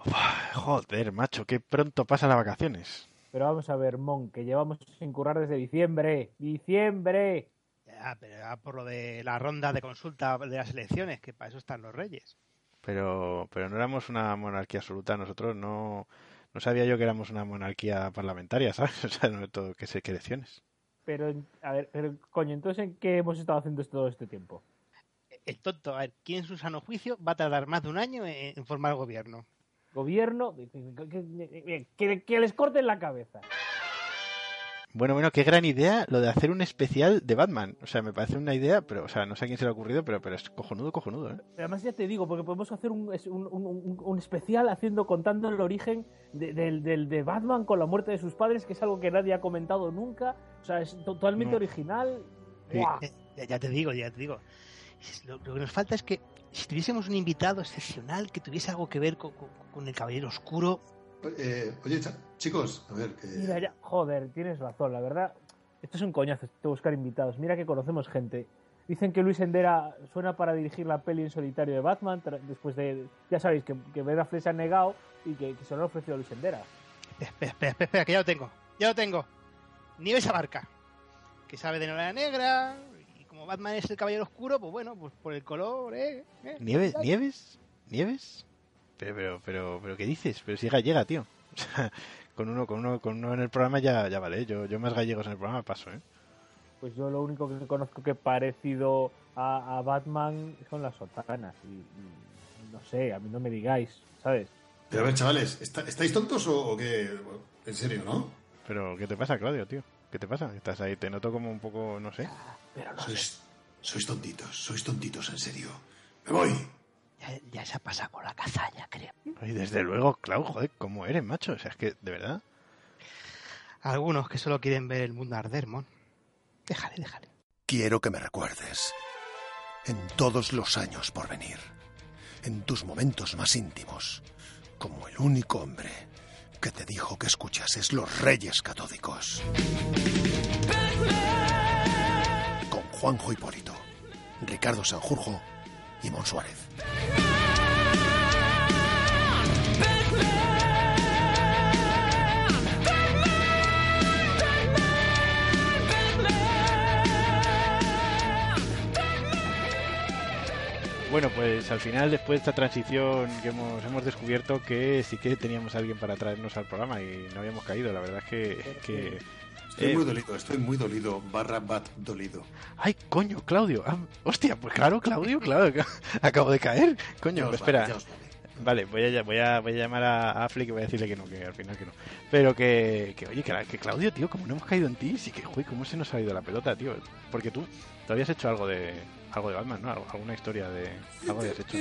Joder, macho, qué pronto pasan las vacaciones. Pero vamos a ver, Mon, que llevamos sin currar desde diciembre. ¡Diciembre! Ya, pero era por lo de la ronda de consulta de las elecciones, que para eso están los reyes. Pero no éramos una monarquía absoluta, nosotros no sabía yo que éramos una monarquía parlamentaria, ¿sabes? O sea, no todo, qué elecciones. Pero, a ver, coño, entonces ¿en qué hemos estado haciendo todo este tiempo? El tonto, a ver, ¿quién en su sano juicio va a tardar más de un año en formar gobierno? Gobierno, que les corten la cabeza. Bueno, qué gran idea lo de hacer un especial de Batman. O sea, me parece una idea, pero, o sea, no sé a quién se le ha ocurrido, pero es cojonudo, ¿eh? Pero además ya te digo, porque podemos hacer un especial contando el origen de Batman con la muerte de sus padres, que es algo que nadie ha comentado nunca. O sea, es totalmente original. Sí. Ya te digo. Lo que nos falta es que si tuviésemos un invitado excepcional que tuviese algo que ver con el Caballero Oscuro. Oye, chicos, a ver. Mira, ya, joder, tienes razón, la verdad. Esto es un coñazo, esto de buscar invitados. Mira que conocemos gente. Dicen que Luis Endera suena para dirigir la peli en solitario de Batman, después de, ya sabéis, que Ben Affleck se ha negado y que se lo ha ofrecido a Luis Endera. Espera, que ya lo tengo. Nieves Abarca, que sabe de novela negra, y como Batman es el Caballero Oscuro, pues bueno, pues por el color, ¿Nieves? Pero ¿qué dices? Pero si llega, tío. O sea, con uno en el programa ya vale. Yo más gallegos en el programa paso, ¿eh? Pues yo lo único que conozco que parecido a Batman son las sotanas. Y no sé, a mí no me digáis, ¿sabes? Pero a ver, chavales, ¿estáis tontos o qué? En serio, ¿no? Pero, ¿qué te pasa, Claudio, tío? ¿Qué te pasa? Estás ahí, te noto como un poco, no sé. Pero no sois tontitos, en serio. Me voy. Ya se ha pasado con la cazaña, creo. Y desde luego, Clau, joder, ¿cómo eres, macho? O sea, es que, de verdad. Algunos que solo quieren ver el mundo arder, Mon. Déjale. Quiero que me recuerdes en todos los años por venir, en tus momentos más íntimos, como el único hombre que te dijo que escuchases los Reyes Catódicos. Con Juanjo Hipólito, Ricardo Sanjurjo y Mon Suárez. Bueno, pues al final, después de esta transición que hemos descubierto que sí que teníamos a alguien para traernos al programa y no habíamos caído. La verdad es que Estoy muy dolido, /bat dolido. ¡Ay, coño, Claudio! ¡Hostia! Pues claro, Claudio, acabo de caer. Coño, espera. Vale, voy a llamar a Affleck y voy a decirle que no, que al final que no. Pero oye, que Claudio, tío, como no hemos caído en ti, sí que, joder, cómo se nos ha ido la pelota, tío. Porque tú habías hecho algo de Batman, ¿no? Alguna historia de algo habías hecho,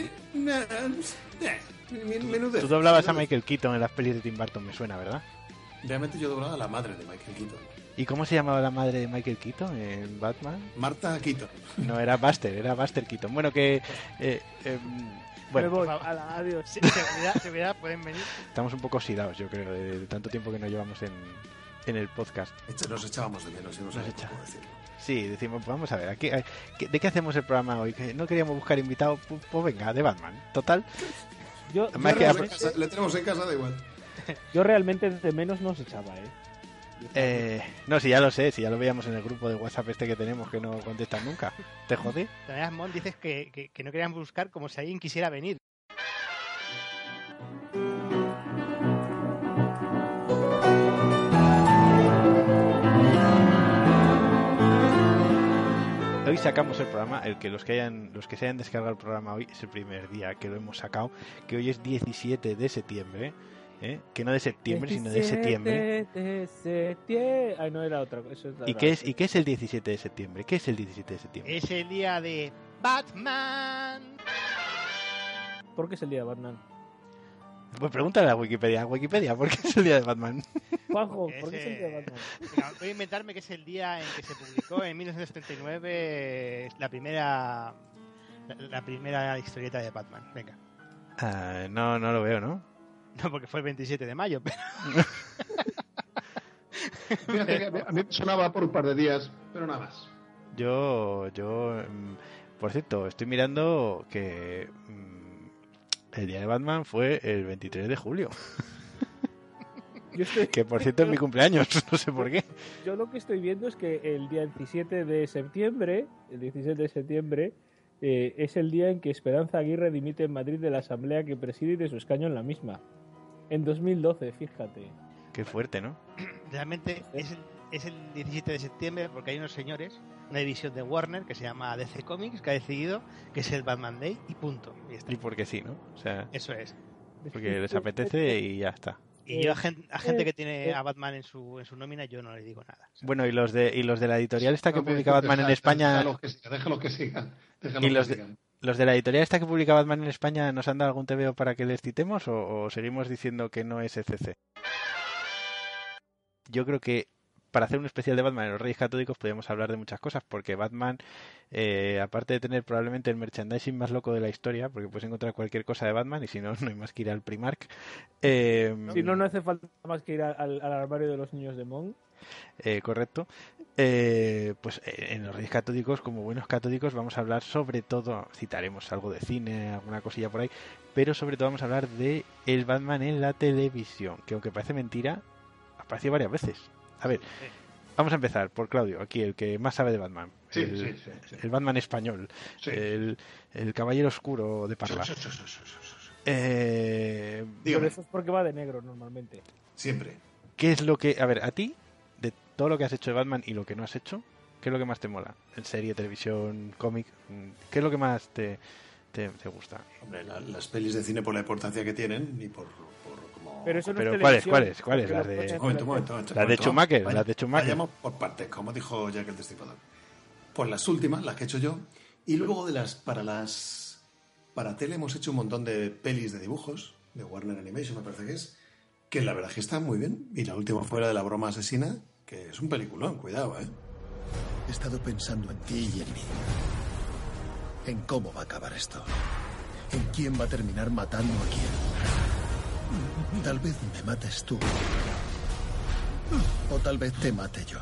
¿no? Tú doblabas a Michael Keaton en las pelis de Tim Burton, me suena, ¿verdad? Realmente yo doblaba a la madre de Michael Keaton. ¿Y cómo se llamaba la madre de Michael Keaton en Batman? Martha Keaton. No, era Buster Keaton. Bueno, que... bueno, me voy. Adiós. Seguridad, pueden venir. Estamos un poco oxidados, yo creo, de tanto tiempo que nos llevamos en el podcast. Nos echábamos de menos, no sabemos cómo decirlo. Sí, decimos, pues vamos a ver, ¿de qué hacemos el programa hoy? Que no queríamos buscar invitados, pues venga, de Batman. Total. Le tenemos en casa, da igual. Yo realmente de menos nos echaba, no, si ya lo sé, si ya lo veíamos en el grupo de WhatsApp que tenemos que no contestan nunca. ¿Te jodí? Además, Mon, dices que no queríamos buscar como si alguien quisiera venir. Hoy sacamos el programa, los que se hayan descargado el programa hoy es el primer día que lo hemos sacado, que hoy es 17 de septiembre. Que no de septiembre, sino de septiembre. Ay, no era otra cosa. ¿Y qué es el 17 de septiembre? ¿Qué es el 17 de septiembre? Es el día de Batman. ¿Por qué es el día de Batman? Pues pregúntale a Wikipedia, ¿por qué es el día de Batman? Juanjo, ¿por qué es el día de Batman? Venga, voy a inventarme que es el día en que se publicó en 1939 la primera historieta de Batman. Venga. No lo veo, ¿no? No, porque fue el 27 de mayo, pero... Fíjate que a mí me sonaba por un par de días, pero nada más. Yo por cierto, estoy mirando que El día de Batman fue el 23 de julio. Yo estoy- Que por cierto es mi cumpleaños, no sé por qué. Yo lo que estoy viendo es que el día 17 de septiembre, el 17 de septiembre, es el día en que Esperanza Aguirre dimite en Madrid de la asamblea que preside y de su escaño en la misma. En 2012, fíjate. Qué fuerte, ¿no? Realmente es el 17 de septiembre porque hay unos señores, una división de Warner que se llama DC Comics, que ha decidido que es el Batman Day y punto. Y ya está. Y porque sí, ¿no? O sea, Eso es. porque les apetece y ya está. Y yo a gente que tiene a Batman en su nómina, yo no le digo nada. O sea, Bueno, y los de la editorial esta que No, publica Batman en España, Déjalos que sigan. y los de la editorial esta que publica Batman en España, ¿nos han dado algún TVO para que les citemos o seguimos diciendo que no es ECC? Yo creo que para hacer un especial de Batman en los Reyes Catódicos podríamos hablar de muchas cosas, porque Batman, aparte de tener probablemente el merchandising más loco de la historia, porque puedes encontrar cualquier cosa de Batman y si no, no hay más que ir al Primark. Si no, no hace falta más que ir al armario de los niños de Monk. Correcto. Pues en los Reyes Catódicos, como buenos catódicos, vamos a hablar sobre todo, citaremos algo de cine, alguna cosilla por ahí, pero sobre todo vamos a hablar de el Batman en la televisión, que aunque parece mentira, apareció varias veces. A ver, vamos a empezar por Claudio, aquí el que más sabe de Batman. Sí. El Batman español, Sí. el Caballero Oscuro de Parla. Pero Dígame, eso es porque va de negro normalmente. siempre. ¿Qué es lo que, a ver, a ti, de todo lo que has hecho de Batman y lo que no has hecho, qué es lo que más te mola? ¿En serie, televisión, cómic? ¿Qué es lo que más te gusta? Hombre, las pelis de cine por la importancia que tienen y por como... Pero eso no Pero es ¿cuáles? televisión, ¿Cuáles? porque Las lo de- ponen en Un la momento. Las de Schumacher, las de Schumacher. Vayamos por partes, como dijo Jack el Destripador. Pues las últimas, las que he hecho yo, y luego para tele hemos hecho un montón de pelis de dibujos, de Warner Animation me parece que la verdad es que están muy bien. Y la última fue la de La broma asesina, que es un peliculón, cuidado, ¿eh? He estado pensando en ti y en mí. En cómo va a acabar esto. En quién va a terminar matando a quién. Tal vez me mates tú. O tal vez te mate yo.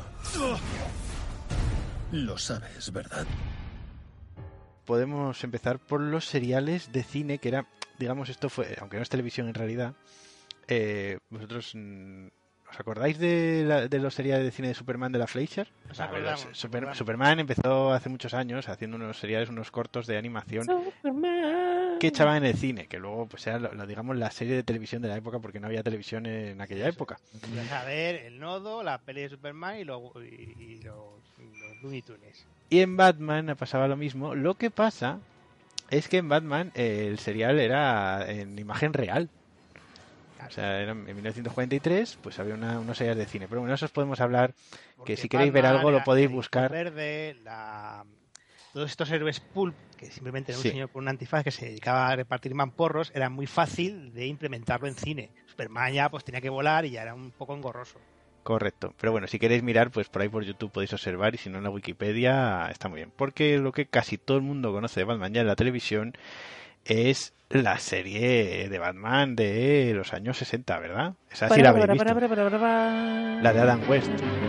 Lo sabes, ¿verdad? Podemos empezar por los seriales de cine, que era, digamos, esto fue, aunque no es televisión en realidad, vosotros... ¿Os acordáis de los seriales de cine de Superman de la Fleischer? Nos acordamos. Superman empezó hace muchos años haciendo unos seriales, unos cortos de animación Superman. que echaban en el cine, que luego pues era digamos la serie de televisión de la época porque no había televisión en aquella época. Vas a ver El Nodo, la peli de Superman y los Looney Tunes. Y en Batman pasaba lo mismo. Lo que pasa es que en Batman el serial era en imagen real. O sea, era en 1943, pues había unos seriales de cine. Pero bueno, eso os podemos hablar, Porque que si queréis ver Batman algo lo era podéis el buscar. Verde, todos estos héroes pulp, que simplemente era un Sí. señor con un antifaz que se dedicaba a repartir mamporros, era muy fácil de implementarlo en cine. Superman ya pues tenía que volar y ya era un poco engorroso. Correcto. Pero bueno, si queréis mirar, pues por ahí por YouTube podéis observar y si no en la Wikipedia está muy bien. Porque lo que casi todo el mundo conoce de Batman ya en la televisión es la serie de Batman de los años 60, ¿verdad? Esa sí la habréis visto. La de Adam West.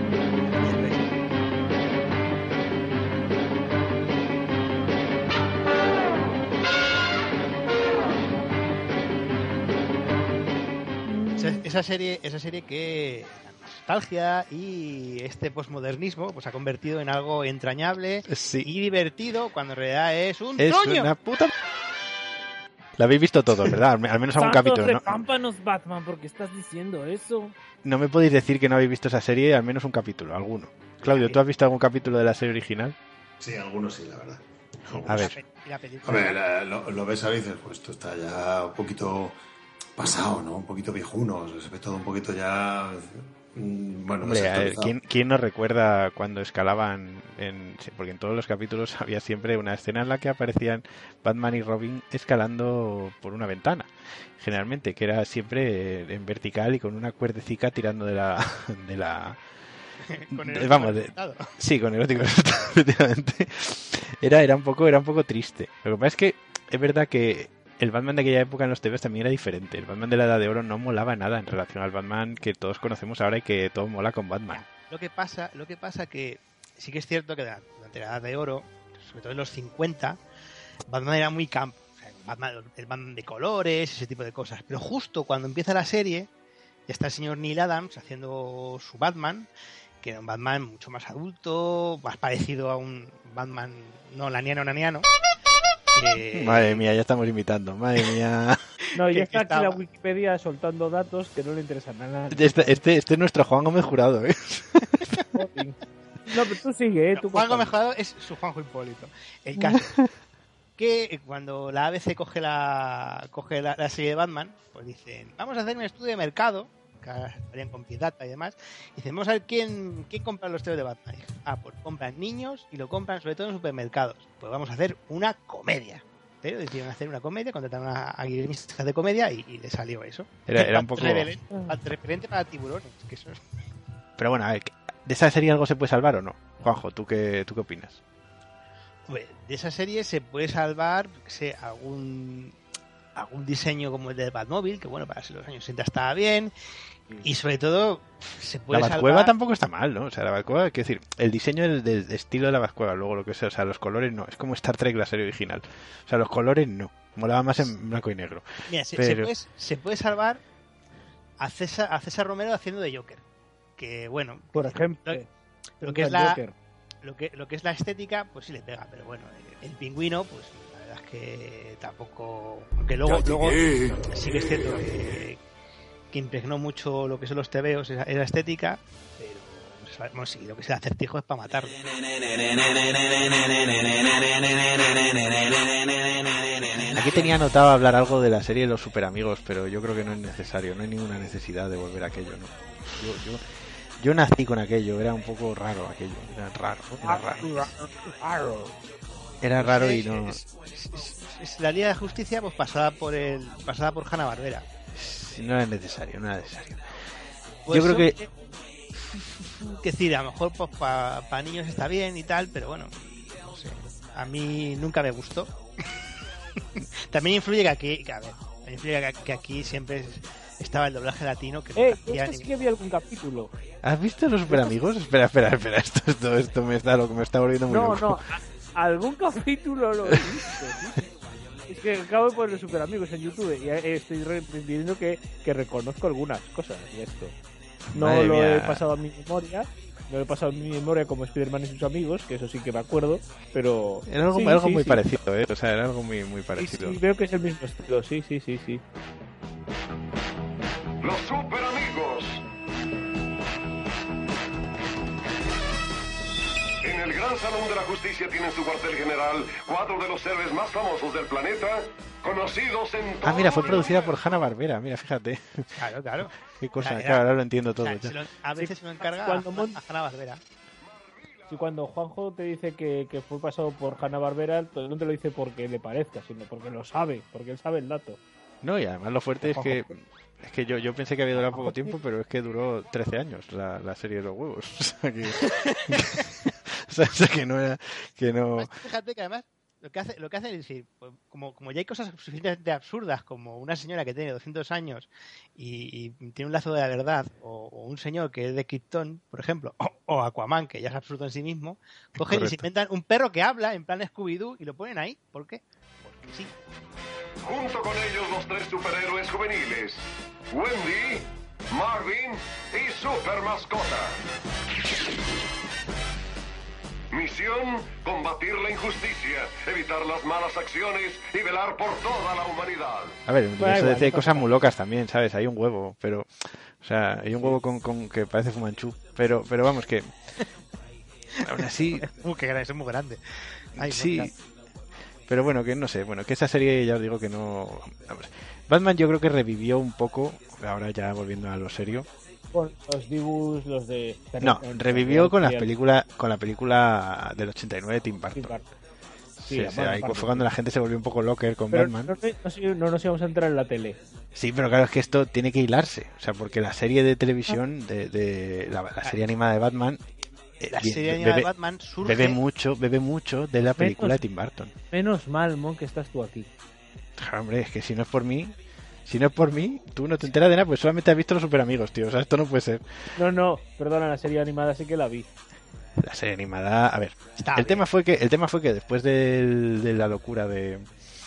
Esa serie que la nostalgia y este posmodernismo pues ha convertido en algo entrañable Sí. y divertido cuando en realidad es un Es truño. una puta... La habéis visto todos, ¿verdad? Al menos algún capítulo, ¿no? Repámpanos, Batman, porque estás diciendo eso. No me podéis decir que no habéis visto esa serie, al menos un capítulo, alguno. Claudio, ¿tú has visto algún capítulo de la serie original? Sí, algunos sí, la verdad. A ver. Y la película. Hombre, lo ves a veces, pues esto está ya un poquito pasado, ¿no? Un poquito viejuno, se ve todo un poquito ya... Bueno, Hombre, a ver, desactualizado. ¿quién nos recuerda cuando escalaban? Porque en todos los capítulos había siempre una escena en la que aparecían Batman y Robin escalando por una ventana, generalmente, que era siempre en vertical y con una cuerdecica tirando de la Con el vamos, resultado. sí, con erótico, efectivamente. Era un poco triste. Lo que pasa es que es verdad que el Batman de aquella época en los TVs también era diferente. El Batman de la Edad de Oro no molaba nada en relación al Batman que todos conocemos ahora y que todo mola con Batman. Lo que pasa que sí que es cierto que durante la Edad de Oro, sobre todo en los 50, Batman era muy camp. O sea, el Batman de colores, ese tipo de cosas. Pero justo cuando empieza la serie, ya está el señor Neil Adams haciendo su Batman, que era un Batman mucho más adulto, más parecido a un Batman naniano. Madre mía, ya estamos imitando, madre mía. No, ya está aquí la Wikipedia soltando datos que no le interesan a nadie. Este es nuestro Juan Gómez Jurado, ¿eh? No, pero tú sigue, ¿eh? Juan Gómez Jurado es su Juanjo Hipólito. El caso que cuando la ABC coge la serie de Batman, pues dicen, vamos a hacer un estudio de mercado, que estarían con Big Data y demás, y dicen, vamos a ver quién compra los estudios de Batman. Y dicen, pues compran niños y lo compran sobre todo en supermercados. Pues vamos a hacer una comedia. Pero decidieron hacer una comedia, contrataron a guionistas de comedia y le salió eso. Era un poco... referente para tiburones. Que eso es... Pero bueno, a ver, ¿de esa serie algo se puede salvar o no? Juanjo, ¿tú qué opinas? Pues de esa serie se puede salvar, algún diseño como el de Batmóvil, que bueno, para los años 60 estaba bien, y sobre todo se puede salvar... La Batcueva tampoco está mal, ¿no? O sea, la Batcueva, quiero decir, el diseño del estilo de la Batcueva, luego lo que sea, o sea, los colores no, es como Star Trek la serie original. O sea, los colores no, molaba más en blanco y negro. Mira, pero... se puede salvar a César Romero haciendo de Joker, que bueno, por ejemplo, lo que es la estética, pues sí le pega, pero bueno, el Pingüino, pues la verdad es que tampoco, aunque luego sí que es cierto que impregnó mucho lo que son los tebeos, esa estética, pero sabemos si lo que es el Acertijo es para matarlo. Aquí tenía anotado hablar algo de la serie de los Superamigos, pero yo creo que no es necesario, no hay ninguna necesidad de volver a aquello, ¿no? Yo nací con aquello, era un poco raro aquello, era raro y no... Es la Liga de Justicia pues pasada por Hanna-Barbera. No era necesario. Pues yo creo que decir, a lo mejor pues para niños está bien y tal, pero bueno, no sé, a mí nunca me gustó. También influye que aquí siempre estaba el doblaje latino que sí que vi algún capítulo. ¿Has visto los Superamigos? Espera, esto me está volviendo muy loco. No, algún capítulo lo he visto. Es que acabo de poner los Superamigos en YouTube y estoy viendo que reconozco algunas cosas de esto. No Madre lo mía. he pasado a mi memoria. No lo he pasado en mi memoria como Spider-Man y sus amigos, que eso sí que me acuerdo, pero... Era algo muy parecido, ¿eh? O sea, era algo muy parecido. Sí, veo que es el mismo estilo, sí. Los Superamigos. En el Gran Salón de la Justicia tienen su cuartel general 4 de los héroes más famosos del planeta, conocidos en todo... Mira, fue producida por Hanna-Barbera, mira, fíjate. Claro. Qué cosa, claro, ahora lo entiendo todo. A veces se lo encarga a Hanna-Barbera. Sí, cuando Juanjo te dice que fue pasado por Hanna-Barbera, no te lo dice porque le parezca, sino porque lo sabe, porque él sabe el dato. No, y además lo fuerte es que yo pensé que había durado poco tiempo, pero es que duró 13 años la serie de los huevos. O sea, que no era... que no... Fíjate que además lo que hace es decir, pues, como ya hay cosas suficientemente absurdas como una señora que tiene 200 años y tiene un lazo de la verdad, o un señor que es de Krypton, por ejemplo, o Aquaman, que ya es absurdo en sí mismo, cogen y se inventan un perro que habla en plan Scooby-Doo y lo ponen ahí. ¿Por qué? Porque sí. Junto con ellos los 3 superhéroes juveniles, Wendy, Marvin y Super Mascota. Misión: combatir la injusticia, evitar las malas acciones y velar por toda la humanidad. A ver, eso dice cosas muy locas también, ¿sabes? Hay un huevo, pero... O sea, hay un huevo con que parece Fumanchu, pero vamos, que... Aún así... que es muy grande. Ay, sí, no, pero bueno, que no sé, que esa serie ya os digo que no... Vamos, Batman yo creo que revivió un poco, ahora ya volviendo a lo serio... Con los dibujos, los de... No, revivió con la película del 89 de Tim Burton. Sí, ahí fue cuando la gente se volvió un poco locker con Batman. No nos íbamos a entrar en la tele. Sí, pero claro, es que esto tiene que hilarse. O sea, porque la serie de televisión, la serie animada de Batman... La serie animada de Batman surge... Bebe mucho de la película de Tim Burton. Menos mal, Mon, que estás tú aquí. Hombre, es que si no es por mí, tú no te enteras de nada, pues solamente has visto los Superamigos, tío. O sea, esto no puede ser. No, perdona, la serie animada sí que la vi. La serie animada, a ver, el tema fue que después de la locura de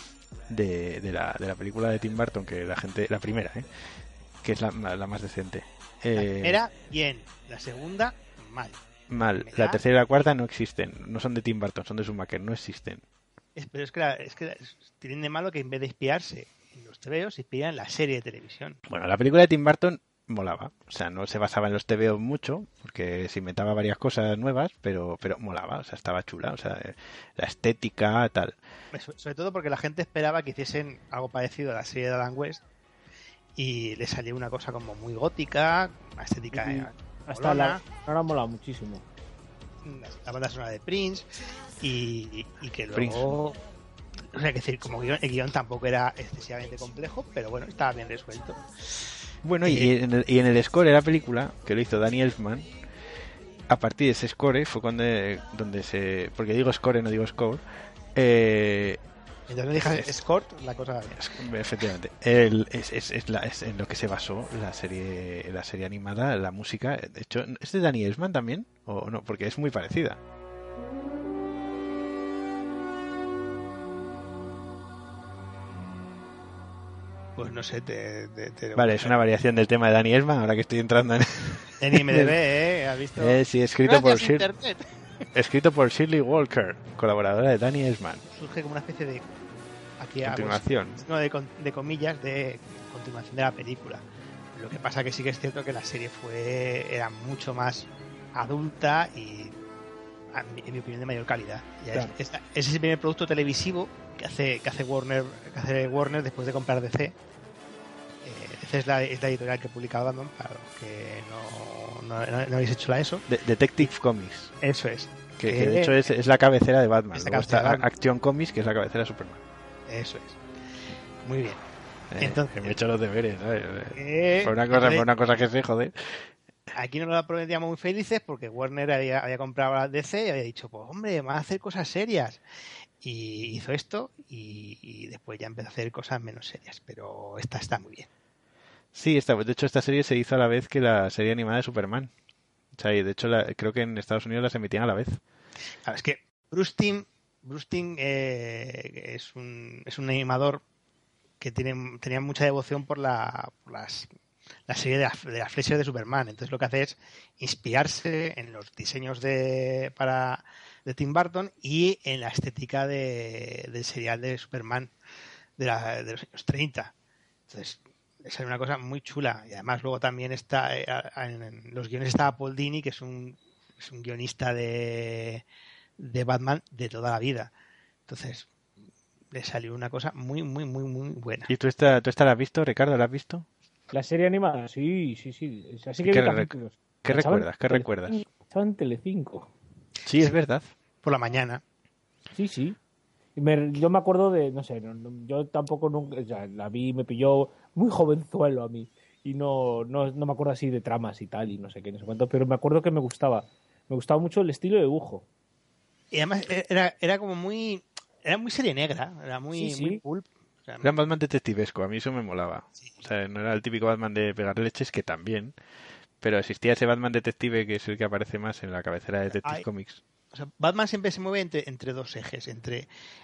de la película de Tim Burton, que la primera, que es la más decente. La primera, bien. La segunda, mal. Mal. La tercera y la cuarta no existen. No son de Tim Burton, son de Schumacher. No existen. Pero es que tienen de malo que en vez de inspirarse en los TVOs, se inspiran en la serie de televisión. Bueno, la película de Tim Burton molaba. O sea, no se basaba en los TVOs mucho, porque se inventaba varias cosas nuevas, pero molaba. O sea, estaba chula. O sea, la estética, tal. Sobre todo porque la gente esperaba que hiciesen algo parecido a la serie de Adam West y le salió una cosa como muy gótica, una estética... Hasta ahora mola muchísimo. La banda sonora de Prince y que luego... Prince. O sea, que decir, como el guión tampoco era excesivamente complejo, pero bueno, estaba bien resuelto. Bueno, y en el score de la película, que lo hizo Danny Elfman, a partir de ese score fue donde se... Porque digo score, no digo score. Entonces me dije Escort, la cosa... Efectivamente. Es en lo que se basó la serie animada, la música. De hecho, ¿es de Danny Elfman también? ¿O no? Porque es muy parecida. Pues no sé, Vale, es una variación del tema de Danny Elfman, ahora que estoy entrando en IMDb, ¿has visto? Sí, escrito por Shirley Walker, colaboradora de Danny Elfman. Surge como una especie de... Aquí continuación. De comillas, de continuación de la película. Lo que pasa que sí que es cierto que la serie era mucho más adulta y, en mi opinión, de mayor calidad. Claro. Es ese primer producto televisivo que hace Warner después de comprar DC. DC es la editorial que publica Batman, para los que no habéis hecho ESO. Detective Comics. Eso es. Que de hecho es la cabecera de Batman. Luego está Action Comics, que es la cabecera de Superman. Eso es. Muy bien. Entonces, que me he hecho los deberes, ¿sabes? Por una cosa que sé, joder. Aquí nos lo prometíamos muy felices porque Warner había comprado a DC y había dicho, pues hombre, van a hacer cosas serias. Y hizo esto y después ya empezó a hacer cosas menos serias. Pero esta está muy bien. Sí, de hecho esta serie se hizo a la vez que la serie animada de Superman. O sea, y de hecho creo que en Estados Unidos las emitían a la vez. Claro, es que Bruce Timm es un animador que tenía mucha devoción por la serie de las flechas de Superman. Entonces lo que hace es inspirarse en los diseños de Tim Burton y en la estética del serial de Superman de los años 30. Entonces es una cosa muy chula. Y además luego también está en los guiones está Paul Dini, que es un guionista de Batman de toda la vida. Entonces le salió una cosa muy, muy, muy, muy buena. ¿Y tú esta la has visto, Ricardo? ¿La has visto? La serie animada, sí. Así que ¿Qué recuerdas? Estaba en Telecinco. Sí, es verdad. Por la mañana. Sí. Yo me acuerdo de, no sé, yo tampoco nunca, o sea, la vi, me pilló muy jovenzuelo a mí y no me acuerdo así de tramas y tal y no sé qué, no sé cuánto, pero me acuerdo que me gustaba mucho el estilo de dibujo. Y además era como muy serie negra, era muy pulp. O sea, era Batman detectivesco, a mí eso me molaba. Sí. O sea, no era el típico Batman de pegar leches, que también, pero existía ese Batman detective que es el que aparece más en la cabecera de Detective Comics. O sea, Batman siempre se mueve entre dos ejes, entre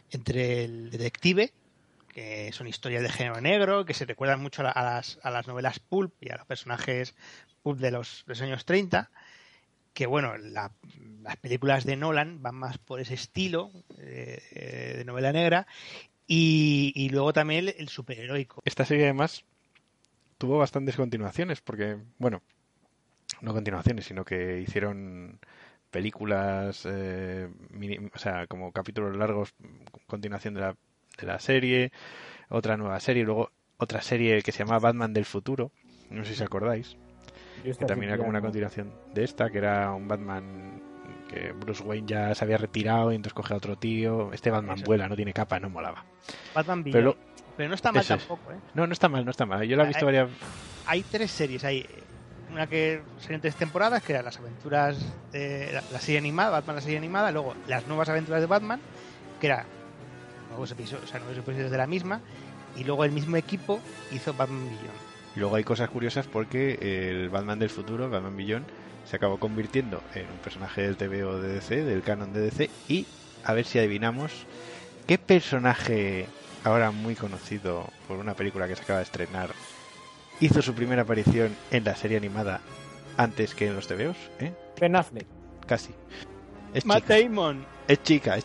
el detective, que son historias de género negro, que se recuerdan mucho a las novelas pulp y a los personajes pulp de los años 30, que bueno, las películas de Nolan van más por ese estilo de novela negra, y luego también el superheroico. Esta serie además tuvo bastantes continuaciones, porque, bueno, no continuaciones, sino que hicieron películas, o sea, como capítulos largos, continuación de la serie, otra nueva serie, luego otra serie que se llama Batman del futuro, no sé si os acordáis, que también era como una continuación de esta, que era un Batman que Bruce Wayne ya se había retirado y entonces coge a otro tío. Este Batman vuela, no tiene capa, no molaba. Batman Beyond. Pero no está mal tampoco, ¿eh? No está mal. Yo la he visto varias... Hay 3 series, hay una que serían 3 temporadas, que eran las aventuras de la serie animada, Batman la serie animada, luego las nuevas aventuras de Batman, que era nuevos episodios de la misma, y luego el mismo equipo hizo Batman Beyond. Y luego hay cosas curiosas porque el Batman del futuro, Batman Beyond, se acabó convirtiendo en un personaje del TVO de DC, del canon de DC, y a ver si adivinamos qué personaje ahora muy conocido por una película que se acaba de estrenar, hizo su primera aparición en la serie animada antes que en los TVOs, ¿eh? Ben Affleck. Casi. Es Matt chica. Damon. Es chica.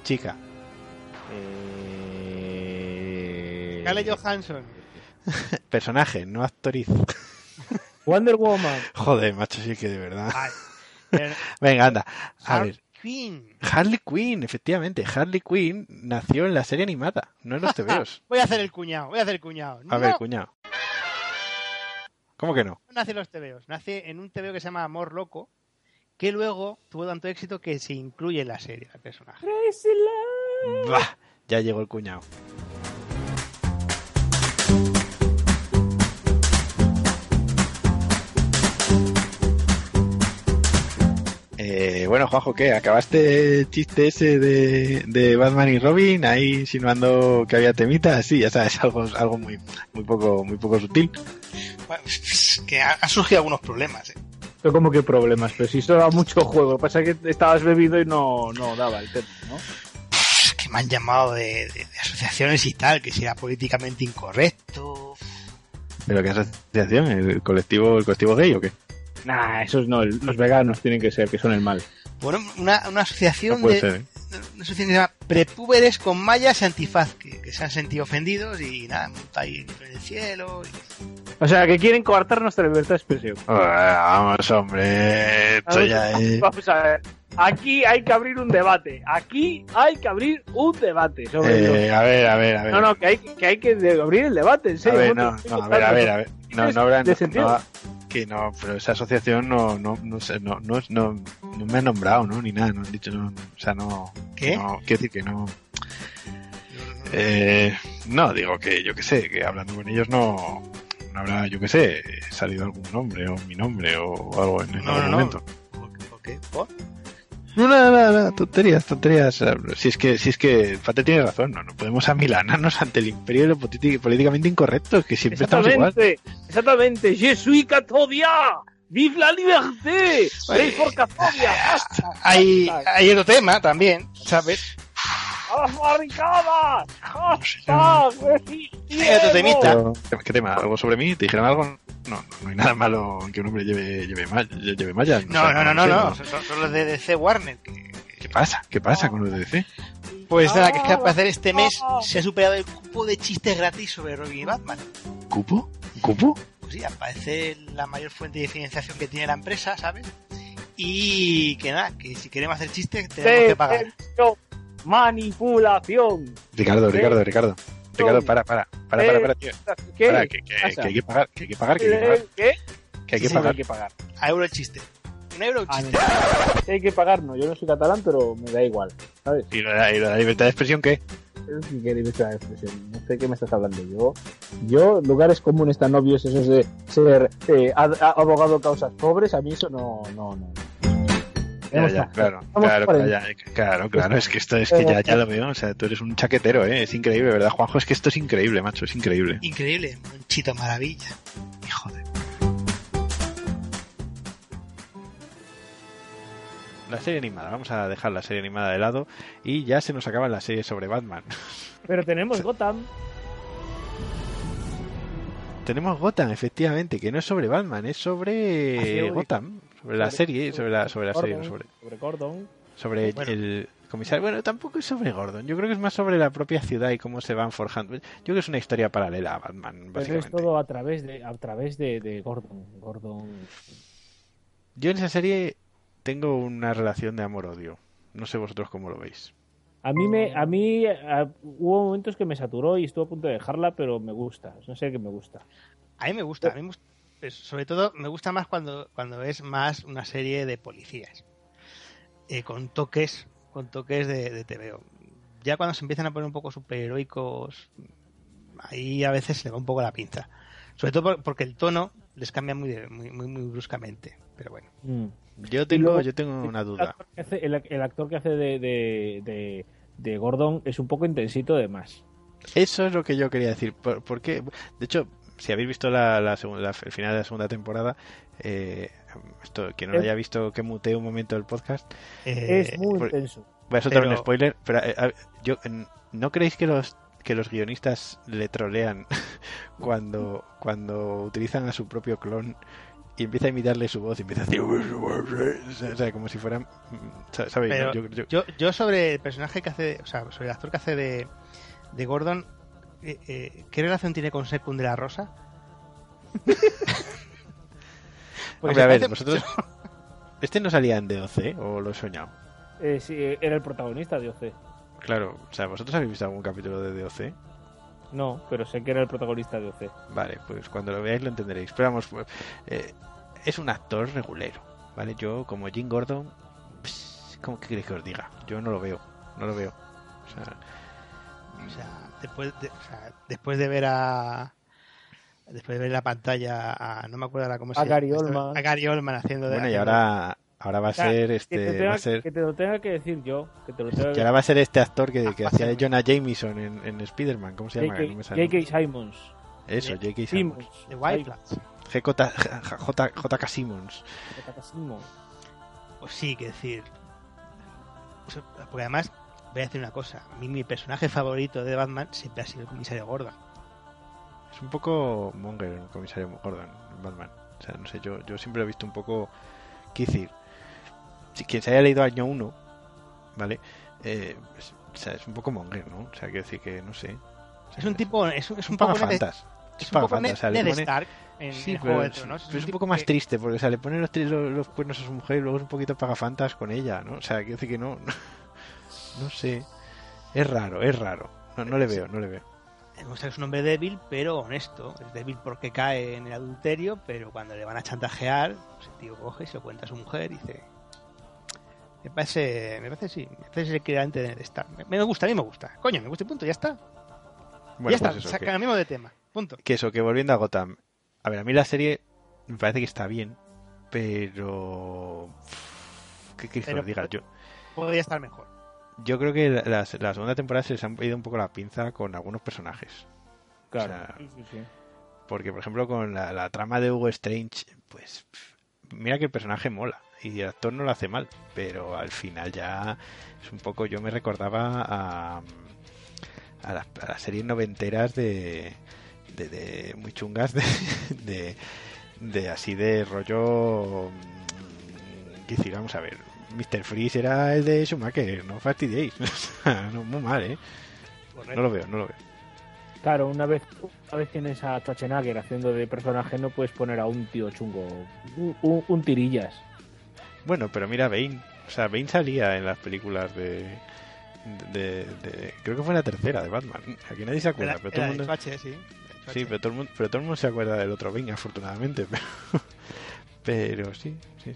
Scarlett Johansson. Personaje, no actriz. Wonder Woman. Joder, macho, sí que de verdad. Ay, pero- Venga, anda. A Harley ver. Quinn. Harley Quinn, efectivamente. Harley Quinn nació en la serie animada, no en los TVOs. Voy a hacer el cuñado. A ver, cuñado. ¿Cómo que no? No nace en los TVOs. Nace en un TVO que se llama Amor Loco, que luego tuvo tanto éxito que se incluye en la serie el personaje. Crazy Love. Bah, ya llegó el cuñado. Bueno, Juanjo, ¿qué? ¿Acabaste el chiste ese de Batman y Robin ahí insinuando que había temita? Sí, ya sabes, algo muy poco sutil. Bueno, es que han surgido algunos problemas. Pero como que problemas, pero si eso da mucho juego. Lo que pasa es que estabas bebido y no daba el tema, ¿no? Es que me han llamado de asociaciones y tal, que si era políticamente incorrecto. ¿Pero qué asociación? ¿El colectivo gay o qué? Nah, esos no, los veganos tienen que ser, que son el mal. Bueno, una asociación No puede ser, ¿eh? Una asociación que se llama Prepúberes con Mallas y Antifaz, que se han sentido ofendidos y nada, monta ahí en el cielo. O sea, que quieren coartar nuestra libertad de expresión. Vamos, hombre, esto ya es... Vamos a ver. Aquí hay que abrir un debate. Sobre a ver. No, que hay que abrir el debate, en A serio. ver, a ver. No habrá... ¿De sentido? Que no, pero esa asociación no me ha nombrado, ¿no? Ni nada, no han dicho, no, o sea, no... ¿Qué? No, quiero decir que no... No, digo que yo que sé, que hablando con ellos no habrá, yo que sé, salido algún nombre o mi nombre o algo en algún momento. ¿Por qué? ¿Por? No, nada, tonterías. Si es que Fate tiene razón, no podemos amilanarnos ante el imperio de lo políticamente incorrecto, que siempre estamos igual. Exactamente. Je suis Catobia. ¡Vive la liberté! ¡Rey por Catobia! Hay otro tema también, ¿sabes? ¡A las barricadas! Hay otro temita. ¿Qué tema? ¿Algo sobre mí? ¿Te dijeron algo? No hay nada malo en que un hombre lleve mallas. No. Son los de DC Warner. ¿Qué pasa con los de DC? Pues nada, que es que al parecer este mes se ha superado el cupo de chistes gratis sobre Robin y Batman. ¿Cupo? Pues sí, aparece la mayor fuente de financiación que tiene la empresa, ¿sabes? Y que nada, que si queremos hacer chistes tenemos que pagar. Manipulación. Ricardo, para, tío. ¿Qué? Para, que hay que pagar. ¿Qué? Que hay que Sí, pagar. hay que pagar. A euro el chiste. Un euro el chiste. Sí, hay que pagar, no. Yo no soy catalán, pero me da igual, ¿sabes? ¿Y la libertad de expresión qué? ¿Qué libertad de expresión? No sé qué me estás hablando. Yo lugares comunes tan obvios, esos de ser abogado de causas pobres, a mí eso no. Claro, es que esto es que ya lo veo, o sea, tú eres un chaquetero, es increíble, ¿verdad, Juanjo? Es que esto es increíble, macho, es increíble. Increíble, Monchito maravilla. Hijo de... La serie animada, vamos a dejar la serie animada de lado y ya se nos acaba la serie sobre Batman. Pero tenemos Gotham. Tenemos Gotham, efectivamente, que no es sobre Batman, es sobre Gotham, sobre la serie, sobre Gordon. Sobre el comisario. Bueno, tampoco es sobre Gordon, yo creo que es más sobre la propia ciudad y cómo se van forjando. Yo creo que es una historia paralela a Batman, básicamente. Pero es todo a través de Gordon. Yo en esa serie tengo una relación de amor-odio. No sé vosotros cómo lo veis. A mí hubo momentos que me saturó y estuve a punto de dejarla, pero me gusta. No sé qué me gusta. A mí me gusta. Pues, sobre todo me gusta más cuando es más una serie de policías. Con toques de TVO. Ya cuando se empiezan a poner un poco superheroicos, ahí a veces se le va un poco la pinza. Sobre todo porque el tono les cambia muy bruscamente. Pero bueno. Yo tengo una duda. El actor que hace de Gordon es un poco intensito de más. Eso es lo que yo quería decir. ¿Por qué? De hecho, si habéis visto el final de la segunda temporada, quien no lo haya visto, que mutee un momento el podcast. Es muy intenso. Voy a soltar un spoiler, pero ¿no creéis que los que los guionistas le trolean cuando utilizan a su propio clon y empieza a imitarle su voz y empieza a decir, o sea, como si fueran, ¿sabéis? Pero Yo yo sobre el personaje que hace, o sea, sobre el actor que hace de Gordon, ¿qué relación tiene con Sekun de la Rosa? Hombre, a ver, vosotros ¿este no salía en DOC o lo he soñado? Sí, era el protagonista de OC. Claro, o sea, ¿vosotros habéis visto algún capítulo de DOC? No, pero sé que era el protagonista de OC. Vale, pues cuando lo veáis lo entenderéis. Pero vamos, es un actor regulero, ¿vale? Yo, como Jim Gordon, ¿cómo que queréis que os diga? Yo no lo veo. O sea, después de ver la pantalla no me acuerdo ahora cómo se llama. A Gary Oldman haciendo de... Bueno, y ahora va a ser que te lo tenga que decir yo. Que ahora va a ser este actor que hacía Jonah Jameson en Spider-Man. ¿Cómo se llama? J.K. Simmons. Eso, J.K. Simmons. De White Flats. J.K. Simmons. Pues sí, que decir... Porque además, voy a decir una cosa. A mí mi personaje favorito de Batman siempre ha sido el comisario Gordon. Es un poco monger el comisario Gordon en Batman. O sea, no sé, yo siempre lo he visto un poco... ¿Qué decir? Si quien se haya leído Año 1, ¿vale? O sea, es un poco monger, ¿no? O sea, quiero decir que, no sé. O sea, es un tipo... Es un pagafantas. Es un poco Ned Stark en Juego de Tronos. Pero es un poco más triste, porque o sea, le pone los cuernos a su mujer y luego es un poquito pagafantas con ella, ¿no? O sea, quiero decir que no sé. Es raro. No le veo. Demuestra que es un hombre débil, pero honesto. Es débil porque cae en el adulterio, pero cuando le van a chantajear, pues el tío coge y se lo cuenta a su mujer y dice... Me parece el equivalente de Ned Stark. A mí me gusta. Coño, me gusta y punto, ya está. Bueno, ya pues está, cambiamos de tema. Punto. Que volviendo a Gotham. A ver, a mí la serie me parece que está bien, pero... ¿Qué quieres que os diga? Podría estar mejor. Yo creo que la segunda temporada se les han ido un poco la pinza con algunos personajes. Claro. O sea, sí. Porque, por ejemplo, con la trama de Hugo Strange, pues mira que el personaje mola y el actor no lo hace mal, pero al final ya es un poco... Yo me recordaba a las series noventeras de muy chungas de así de rollo... ¿Qué decir? Vamos a ver... Mr. Freeze era el de Schumacher, no fastidiéis. No, muy mal, ¿eh? Correcto. No lo veo. Claro, una vez tienes a Schwarzenegger haciendo de personaje, no puedes poner a un tío chungo, un tirillas. Bueno, pero mira, Bane. O sea, Bane salía en las películas de creo que fue la tercera de Batman. Aquí nadie se acuerda, pero todo el mundo... Sí, pero todo el mundo se acuerda del otro Bane, afortunadamente. Pero sí. Sí.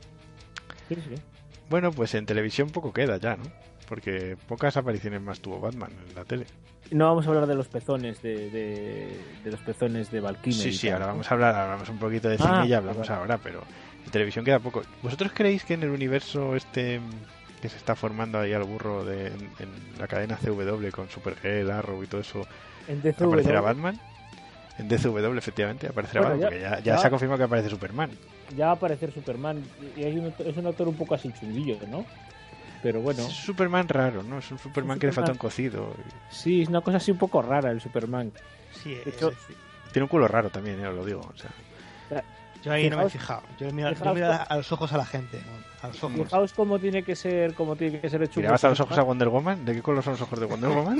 Bueno, pues en televisión poco queda ya, ¿no? Porque pocas apariciones más tuvo Batman en la tele. No vamos a hablar de los pezones de los pezones de Val Kilmer. Sí, ahora vamos a hablar, hablamos un poquito de cine y ya hablamos ahora, pero en televisión queda poco. ¿Vosotros creéis que en el universo que se está formando ahí al burro en la cadena CW con Supergirl, Arrow y todo eso, aparecerá Batman? En DCW, efectivamente, aparecerá Batman, porque ya se ha confirmado que aparece Superman. Ya va a aparecer Superman, y es un actor un poco así chunguillo, ¿no? Pero bueno. Es un Superman raro, ¿no? Es un Superman que le falta un cocido. Sí, es una cosa así un poco rara el Superman. Sí, tiene un culo raro también, os lo digo. O sea. Yo ahí no me he fijado. Yo miro a los ojos a la gente. A los ojos. Fijaos cómo tiene que ser el chungo. ¿Mirabas a los ojos a Wonder Woman? ¿De qué color son los ojos de Wonder Woman?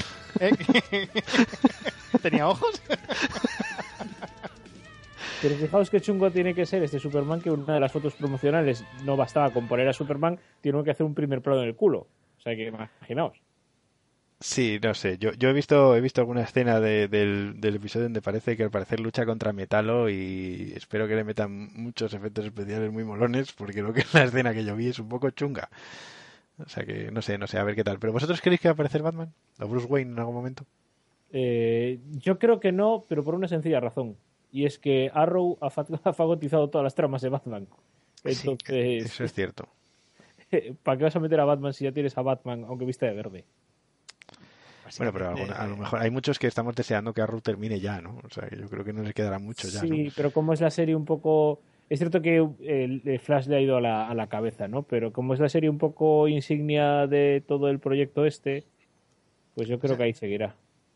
¿Tenía ojos? Pero fijaos qué chungo tiene que ser este Superman, que una de las fotos promocionales no bastaba con poner a Superman, tiene que hacer un primer plano en el culo. O sea que imaginaos. Sí, no sé. Yo he visto alguna escena del episodio donde parece que al parecer lucha contra Metalo y espero que le metan muchos efectos especiales muy molones porque lo que es la escena que yo vi es un poco chunga. O sea que no sé, a ver qué tal. ¿Pero vosotros creéis que va a aparecer Batman? ¿O Bruce Wayne en algún momento? Yo creo que no, pero por una sencilla razón. Y es que Arrow ha fagotizado todas las tramas de Batman. Entonces, sí, eso es cierto. ¿Para qué vas a meter a Batman si ya tienes a Batman, aunque vista de verde? Bueno, pero a lo mejor hay muchos que estamos deseando que Arrow termine ya, ¿no? O sea, que yo creo que no les quedará mucho ya, sí, ¿no? pero como es la serie un poco... Es cierto que el Flash le ha ido a la cabeza, ¿no? Pero como es la serie un poco insignia de todo el proyecto pues yo creo que ahí seguirá.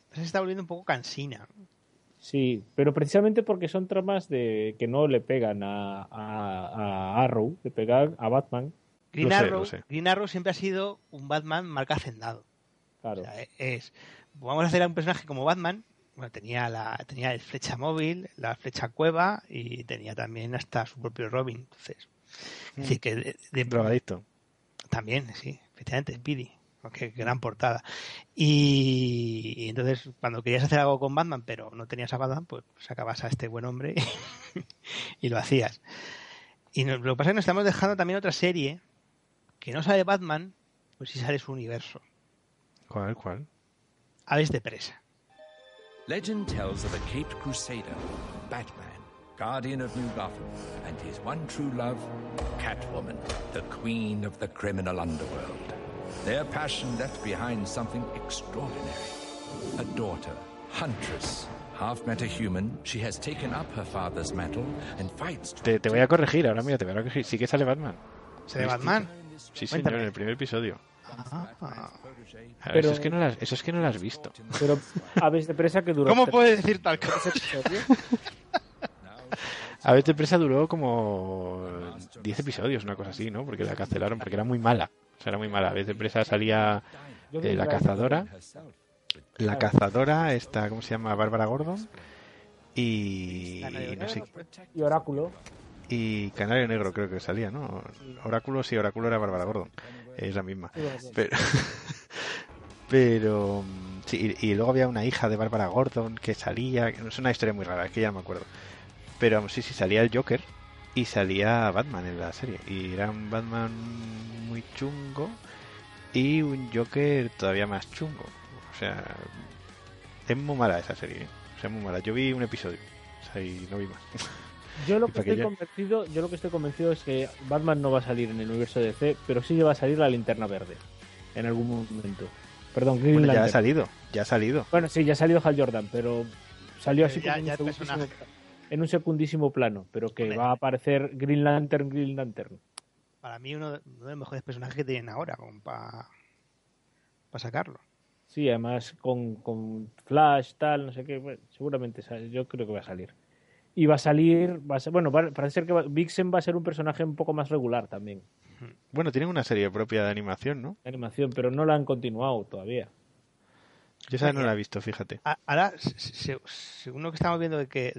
se está volviendo un poco cansina. Sí, pero precisamente porque son tramas que no le pegan a Arrow, le pegan a Batman. Green Lo sé. Green Arrow siempre ha sido un Batman marca hacendado. Claro. O sea, vamos a hacer a un personaje como Batman. Bueno, tenía el flecha móvil, la flecha cueva y tenía también hasta su propio Robin. Entonces, es decir, que Drogadicto. también, sí, efectivamente, Speedy. Qué gran portada. Y entonces, cuando querías hacer algo con Batman, pero no tenías a Batman, pues sacabas a este buen hombre y lo hacías. Y lo que pasa es que nos estamos dejando también otra serie que no sale Batman, pues sí sale su universo. ¿Cuál? Aves de presa. Legend tells of a caped crusader, Batman, guardian of New Gotham, and his one true love, Catwoman, the queen of the criminal underworld. Their passion left behind something extraordinary. A daughter, Huntress. Half metahuman, she has taken up her father's mantle and fights to... Te voy a corregir, ahora mira, te voy a corregir. Sí que sale Batman. ¿Sale Batman? Sí, señor, en el primer episodio. A ver, Pero- eso es que no lo has visto. Pero Aves de presa que duró. ¿Cómo puedes decir tal cosa? A veces Presa duró como 10 episodios, una cosa así, ¿no? Porque la cancelaron, porque era muy mala. O sea, era muy mala. A veces Presa salía la cazadora. La cazadora, esta, ¿cómo se llama? Bárbara Gordon. Y no sé. Y Oráculo. Y Canario Negro creo que salía, ¿no? Oráculo, sí, Oráculo era Bárbara Gordon. Es la misma. Pero sí, y luego había una hija de Bárbara Gordon que salía. Es una historia muy rara, es que ya no me acuerdo. Pero sí, salía el Joker y salía Batman en la serie. Y era un Batman muy chungo y un Joker todavía más chungo. O sea, es muy mala esa serie, ¿eh? O sea, muy mala. Yo vi un episodio, o sea, y no vi más. Yo lo Y que para que estoy convencido es que Batman no va a salir en el universo de DC, pero sí va a salir la Linterna Verde en algún momento. Perdón, Green Bueno, Lantern. ya ha salido. Bueno, sí, ya ha salido Hal Jordan, pero salió así Ya- como ya el personaje. en un secundísimo plano, pero que va a aparecer Green Lantern. Para mí uno de los mejores personajes que tienen ahora para sacarlo. Sí, además con Flash, tal, no sé qué, bueno, seguramente yo creo que va a salir. Y parece ser que Vixen va a ser un personaje un poco más regular también, Bueno, tienen una serie propia de animación, ¿no? de animación, pero no la han continuado todavía. Yo esa no la he visto, fíjate. Ahora, según lo que estamos viendo de que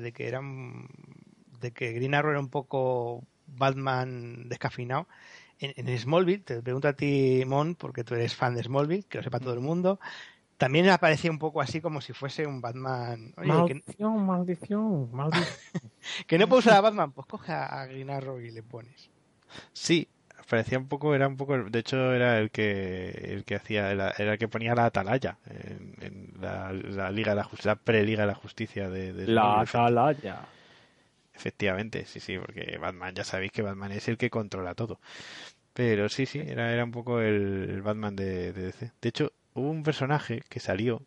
Green Arrow era un poco Batman descafeinado, en Smallville, te pregunto a ti, Mon, porque tú eres fan de Smallville, que lo sepa todo el mundo, también aparecía un poco así como si fuese un Batman... Oye, Maldición. que no puedo usar a Batman, pues coge a Green Arrow y le pones. Sí, parecía un poco, de hecho era el que hacía, era el que ponía la atalaya en la Liga de la Justicia, la pre-Liga de la Justicia de La Smallville. atalaya. Efectivamente, sí, porque Batman, ya sabéis que Batman es el que controla todo. Pero sí, era un poco el Batman de DC. De hecho, hubo un personaje que salió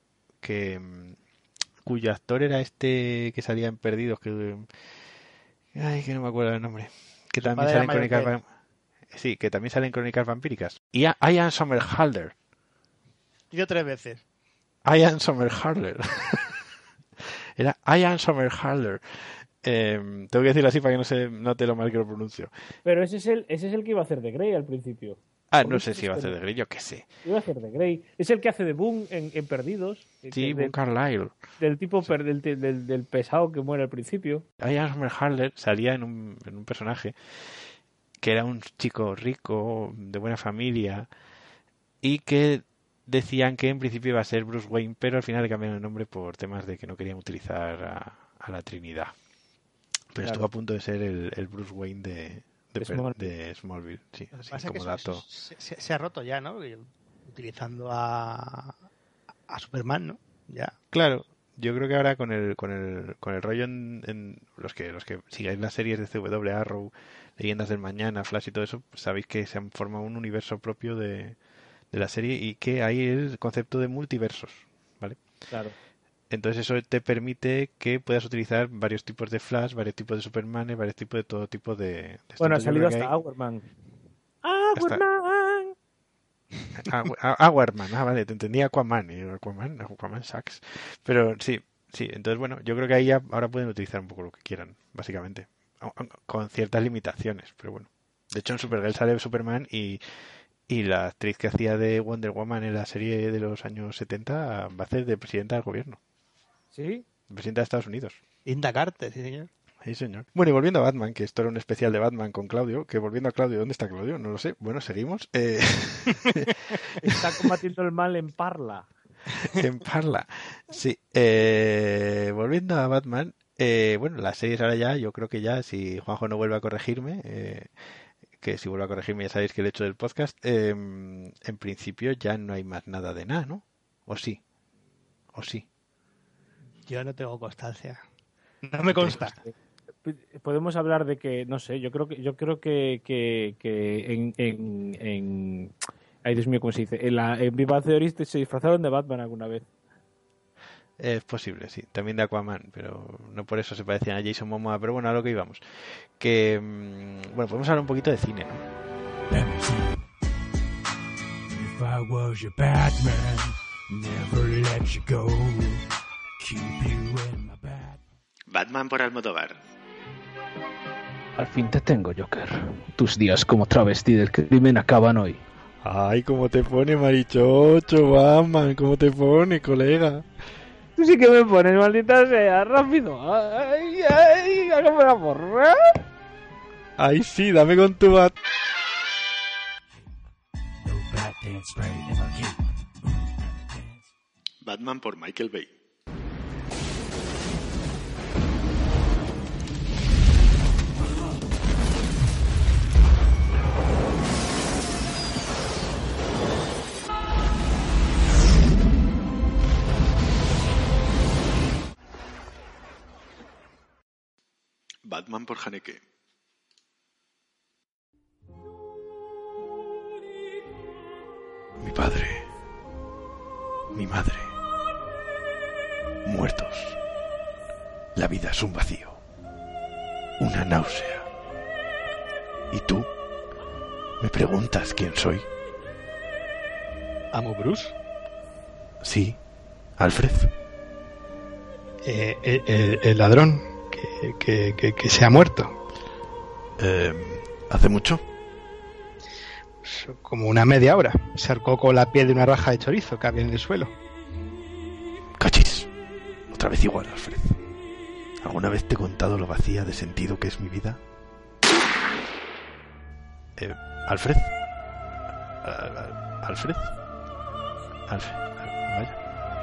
cuyo actor era este que salía en Perdidos, que no me acuerdo el nombre, que también sale en Crónicas que también sale en Crónicas Vampíricas. Y Ian Somerhalder. Yo 3 veces. Ian Somerhalder. Era Ian Somerhalder. Tengo que decirlo así para que no se note lo mal que lo pronuncio. Pero ese es el que iba a hacer de Grey al principio. No sé si iba a hacer de Grey, yo qué sé. Iba a hacer de Grey. Es el que hace de Boone en Perdidos. Sí, Boone Carlyle. Del tipo del pesado que muere al principio. Ian Somerhalder salía en un personaje que era un chico rico, de buena familia, y que decían que en principio iba a ser Bruce Wayne, pero al final le cambiaron el nombre por temas de que no querían utilizar a la Trinidad. Pero estuvo a punto de ser el Bruce Wayne de Smallville. Sí, Lo que así pasa es que como dato. se ha roto ya, ¿no? Utilizando a Superman, ¿no? Ya. Claro, yo creo que ahora con el rollo en los que sigáis las series de CW, Arrow, Leyendas del Mañana, Flash y todo eso, pues sabéis que se han formado un universo propio de la serie y que hay el concepto de multiversos, ¿vale? Claro. Entonces eso te permite que puedas utilizar varios tipos de Flash, varios tipos de Superman, varios tipos de todo tipo de Bueno, ha Entonces, yo salido creo que hasta hay- Hourman. Aquaman, vale, te entendía Aquaman, y Aquaman sucks. Pero sí, entonces bueno, yo creo que ahí ahora pueden utilizar un poco lo que quieran, básicamente. Con ciertas limitaciones, pero bueno. De hecho en Supergirl sale Superman y la actriz que hacía de Wonder Woman en la serie de los años 70 va a ser de presidenta del gobierno. ¿Sí? Presidenta de Estados Unidos. Linda Carter, sí señor. Sí, señor. Bueno, y volviendo a Batman, que esto era un especial de Batman con Claudio, que volviendo a Claudio, ¿dónde está Claudio? No lo sé. Bueno, seguimos. Está combatiendo el mal en Parla. En Parla. Sí. Volviendo a Batman, bueno, las series ahora ya, yo creo que ya, si Juanjo no vuelve a corregirme, que si vuelve a corregirme ya sabéis que el hecho del podcast, en principio ya no hay más nada de nada, ¿no? ¿O sí? ¿O sí? Yo no tengo constancia. No me consta. Podemos hablar de que, no sé, yo creo que en ay, Dios mío, ¿cómo se dice? En Viva Theory se disfrazaron de Batman alguna vez. Es posible, sí. También de Aquaman, pero no por eso se parecían a Jason Momoa. Pero bueno, a lo que íbamos. Que, bueno, podemos hablar un poquito de cine, ¿no? Let me see. If I was your Batman, never let you go. Keep you in my bat. Batman por Almodóvar. Al fin te tengo, Joker. Tus días como travesti del crimen acaban hoy. Ay, cómo te pone, marichocho, Batman. Cómo te pone, colega. Tú sí que me pones, maldita sea, rápido. Ay, hágame la porra. Ay, sí, dame con tu bat. Batman por Michael Bay. Batman por Haneke. Mi padre, mi madre, muertos. La vida es un vacío, una náusea. ¿Y tú? ¿Me preguntas quién soy? ¿Amo Bruce? Sí, Alfred. El ladrón que se ha muerto. ¿Hace mucho? Como una media hora. Se arcó con la piel de una raja de chorizo que había en el suelo. Cachis. Otra vez igual, Alfred. ¿Alguna vez te he contado lo vacía de sentido que es mi vida? ¿Alfred? ¿Alfred? Vaya.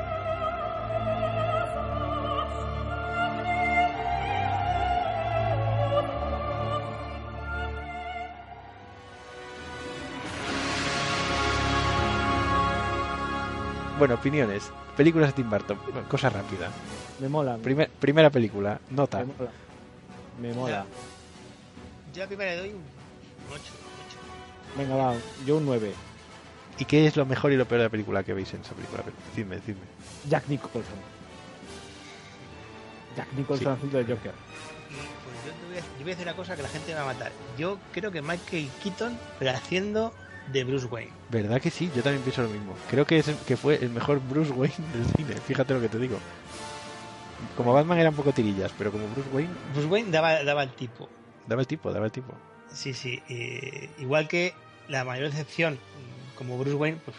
Bueno, opiniones. Películas de Tim Burton. Cosa rápida. Me mola. Primera película. Nota. Me mola. Yo a primera le doy un 8. Venga, va. Yo un 9. ¿Y qué es lo mejor y lo peor de la película que veis en esa película? Decidme. Jack Nicholson. Jack Nicholson haciendo de Joker. Pues yo voy a decir una cosa que la gente me va a matar. Yo creo que Michael Keaton, pero haciendo de Bruce Wayne. ¿Verdad que sí? Yo también pienso lo mismo. Creo que fue el mejor Bruce Wayne del cine. Fíjate lo que te digo. Como Batman era un poco tirillas, pero como Bruce Wayne daba el tipo. Daba el tipo. Sí. Igual que la mayor excepción como Bruce Wayne, pues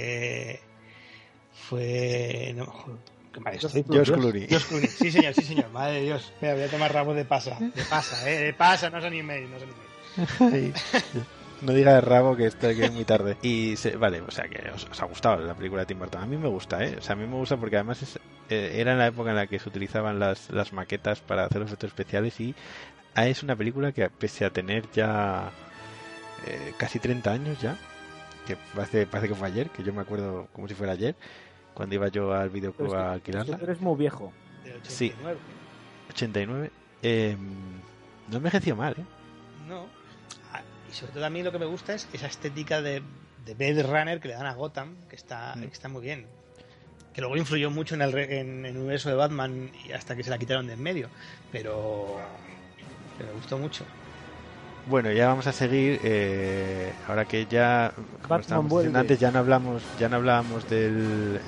fue no, ¿qué más es? George Clooney. Sí, señor. Madre de Dios. Mira, voy a tomar ramos de pasa, no son email. Sí. No diga de rabo que esto es muy tarde. Vale, o sea que os ha gustado la película de Tim Burton. A mí me gusta, O sea, a mí me gusta porque además era en la época en la que se utilizaban las maquetas para hacer los efectos especiales y es una película que pese a tener ya casi 30 años ya, que parece que fue ayer, que yo me acuerdo como si fuera ayer, cuando iba yo al videoclub a alquilarla. Eres muy viejo. Sí, 89. No envejeció mal, No. Y sobre todo a mí lo que me gusta es esa estética de Blade Runner que le dan a Gotham, que está muy bien. Que luego influyó mucho en el universo de Batman y hasta que se la quitaron de en medio. Pero me gustó mucho. Bueno, ya vamos a seguir. Ahora que ya, como estábamos diciendo antes, ya no hablábamos de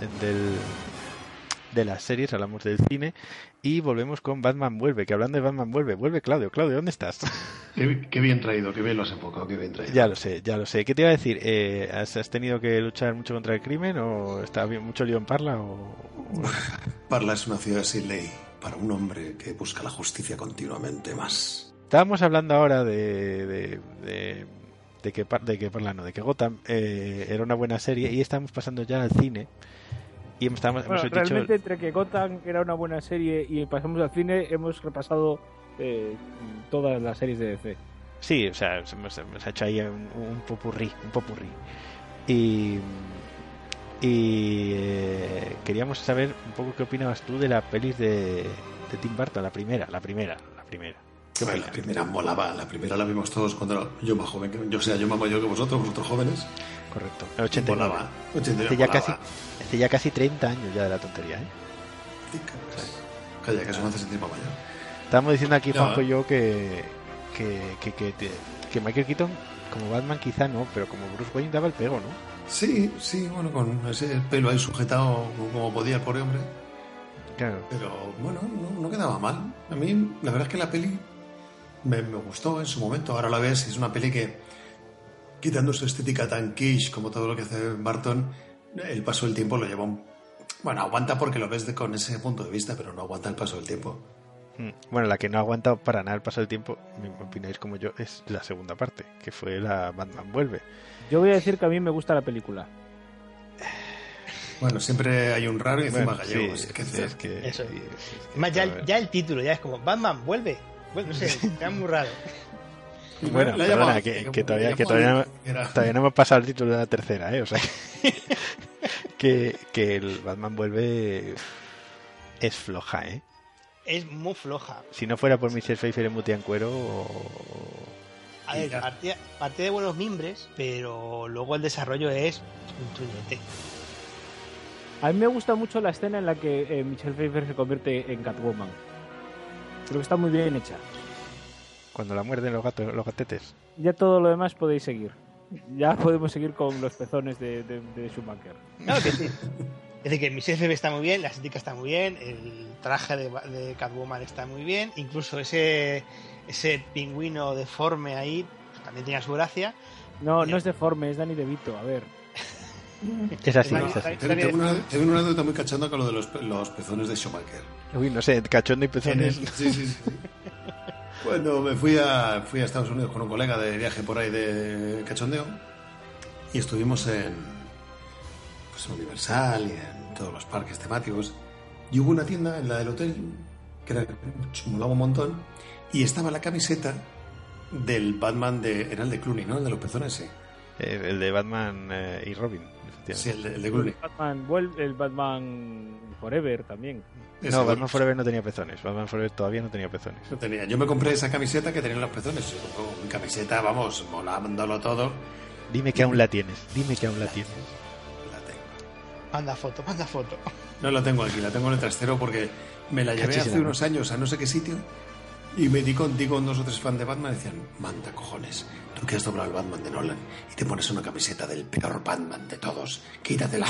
las series, hablamos del cine y volvemos con Batman Vuelve. Que hablando de Batman vuelve Claudio. Claudio, ¿dónde estás? Qué bien traído, qué bien lo has enfocado, qué bien traído. Ya lo sé. ¿Qué te iba a decir? ¿Has tenido que luchar mucho contra el crimen o está mucho lío en Parla? Parla es una ciudad sin ley para un hombre que busca la justicia continuamente más. Estábamos hablando ahora de que Gotham era una buena serie y estamos pasando ya al cine y hemos realmente dicho... entre que Gotham era una buena serie y pasamos al cine hemos repasado todas las series de DC. Sí, o sea, hemos hecho ahí un popurrí. Y queríamos saber un poco qué opinabas tú de la pelis de Tim Burton, la primera. La primera molaba, la primera la vimos todos cuando era yo más joven, yo más mayor que vosotros jóvenes. Correcto, el 89. Molaba. Hace ya casi 30 años ya de la tontería, ¿eh? Calla, que eso me hace sentir más mayor. Estábamos diciendo aquí, Juanjo y yo, que Michael Keaton como Batman quizá no, pero como Bruce Wayne daba el pego, ¿no? Sí, bueno, con ese pelo ahí sujetado como podía el pobre hombre. Claro. Pero bueno, no quedaba mal. A mí, la verdad es que la peli me gustó en su momento. Ahora la ves y es una peli que, quitando su estética tan quiche como todo lo que hace Burton, el paso del tiempo lo lleva bueno, aguanta porque lo ves con ese punto de vista, pero no aguanta el paso del tiempo. Bueno, la que no ha aguantado para nada el paso del tiempo, me opináis como yo, es la segunda parte, que fue la Batman Vuelve. Yo voy a decir que a mí me gusta la película. Bueno, siempre hay un raro y encima gallego. Eso. Además, ya el título ya es como Batman Vuelve. Bueno, no sé, está muy raro. Bueno, perdona, que todavía no hemos pasado el título de la tercera, ¿eh? O sea, que el Batman Vuelve es floja, ¿eh? Es muy floja. Si no fuera por Michelle Pfeiffer en Mutiancuero A ver, partía de buenos mimbres, pero luego el desarrollo es un truñete. A mí me gusta mucho la escena en la que Michelle Pfeiffer se convierte en Catwoman. Creo que está muy bien hecha. Cuando la muerden los gatetes. Ya todo lo demás podéis seguir. Ya podemos seguir con los pezones de Schumacher. Claro que sí. Es decir, que Michelle Pfeiffer está muy bien, la estética está muy bien, el traje de Catwoman está muy bien, incluso ese pingüino deforme ahí pues, también tenía su gracia. No es deforme, es Danny DeVito, a ver. Es así. Tengo una anécdota muy cachonda con lo de los pezones de Schumacher. Uy, no sé, cachondo y pezones. Sí. Cuando me fui a Estados Unidos con un colega de viaje por ahí de cachondeo y estuvimos en Universal y en todos los parques temáticos y hubo una tienda en la del hotel que molaba un montón y estaba la camiseta del Batman era el de Clooney, ¿no? El de los pezones, sí. El de Batman y Robin. Sí, el de Clooney. El Batman Forever también. No, Batman Forever no tenía pezones. Batman Forever todavía no tenía pezones. No tenía. Yo me compré esa camiseta que tenía los pezones. Mi camiseta, vamos, molándolo todo. Dime que aún la tienes. La tengo. Manda foto. No la tengo aquí, la tengo en el trastero porque me la llevé hace unos años a no sé qué sitio y me di con 2 o 3 fans de Batman y decían, manda cojones, tú que has doblado el Batman de Nolan y te pones una camiseta del peor Batman de todos, quítatela.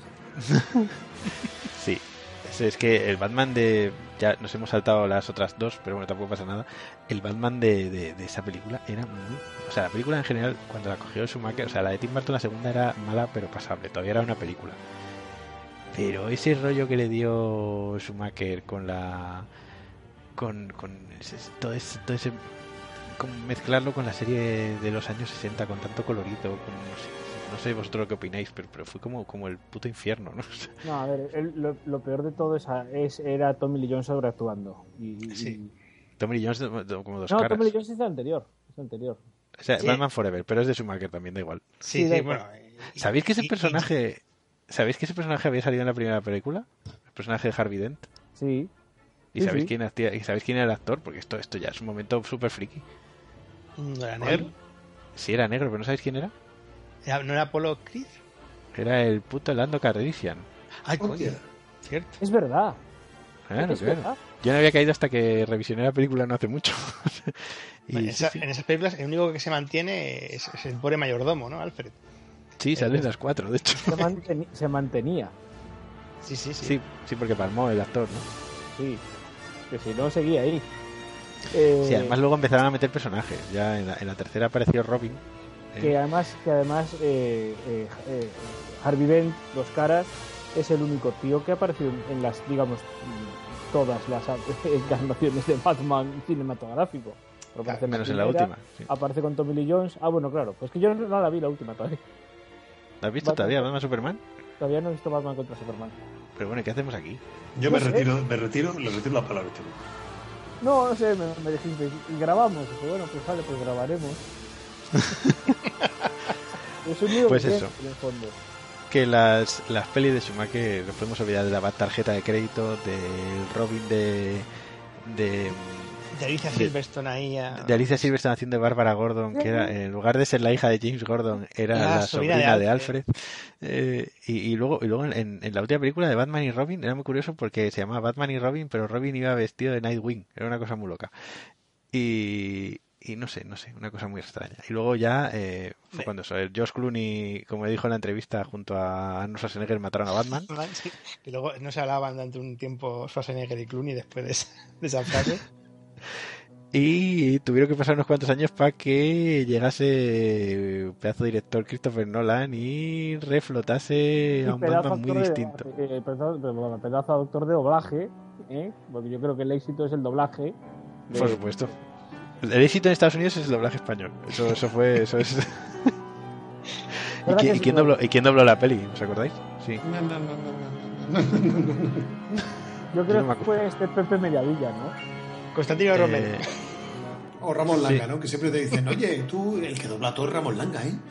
Sí, es que el Batman ya nos hemos saltado las otras dos, pero bueno, tampoco pasa nada. El Batman de esa película era muy... O sea, la película en general, cuando la cogió Schumacher, o sea, la de Tim Burton, la segunda era mala pero pasable, todavía era una película. Pero ese rollo que le dio Schumacher con todo ese con mezclarlo con la serie de los años 60 con tanto colorido, no sé vosotros lo que opináis, pero fue como el puto infierno, ¿no? No, a ver, lo peor de todo era Tommy Lee Jones sobreactuando. Sí. Tommy Lee Jones como dos caras. No, Tommy Lee Jones es el anterior. O sea, sí. Batman Forever, pero es de Schumacher también, da igual. Sí, bueno. ¿Sabéis que ese personaje había salido en la primera película? El personaje de Harvey Dent. Sí. ¿Y sabéis quién era el actor? Porque esto ya es un momento súper friki. ¿No era negro? Sí, era negro, pero ¿no sabéis quién era? ¿No era Apollo Creed? Era el puto Lando Calrissian. Ay, coño. ¿Cierto? Es verdad. Claro, Es claro. verdad. Yo no había caído hasta que revisioné la película no hace mucho. En esas películas el único que se mantiene es el pobre mayordomo, ¿no? Alfred. Sí, salen las 4, de hecho. Se mantenía. Sí, porque palmó el actor, ¿no? Sí, que si no seguía ahí. Sí, además luego empezaron a meter personajes. Ya en la tercera apareció Robin. Que además Harvey Dent, Dos Caras, es el único tío que ha aparecido en las, digamos, todas las encarnaciones de Batman cinematográfico. Claro, menos en la última. Sí. Aparece con Tommy Lee Jones. Ah, bueno, claro. Pues que yo no la vi la última todavía. ¿La has visto todavía, Batman Superman? Todavía no he visto Batman contra Superman. Pero bueno, ¿qué hacemos aquí? Yo me retiro la palabra. No sé, me dijiste, y grabamos. Y dije, bueno, pues vale, pues grabaremos. Pues eso. En el fondo. Que las pelis de Schumacher, nos podemos olvidar de la tarjeta de crédito, del Robin de Alicia Silverstone ahí. De Alicia Silverstone haciendo de Bárbara Gordon, que era, en lugar de ser la hija de James Gordon, era la sobrina de Alfred. Y luego en la última película de Batman y Robin era muy curioso porque se llamaba Batman y Robin, pero Robin iba vestido de Nightwing. Era una cosa muy loca. Y no sé, una cosa muy extraña. Y luego ya fue cuando George Clooney, como dijo en la entrevista, junto a Arnold Schwarzenegger mataron a Batman. Sí, que luego no se hablaban durante un tiempo Schwarzenegger y Clooney después de esa frase. Y tuvieron que pasar unos cuantos años para que llegase pedazo director Christopher Nolan y reflotase a un Batman muy distinto. Pedazo doctor de doblaje, porque yo creo que el éxito es el doblaje. Por supuesto. El éxito en Estados Unidos es el doblaje español. Eso es. ¿Y quién dobló la peli? ¿Os acordáis? Sí. Yo creo que fue Pepe Mediavilla, ¿no? Constantino Romero. O Ramón Langa, ¿no? Que siempre te dicen, oye, tú, el que dobla todo es Ramón Langa, ¿eh?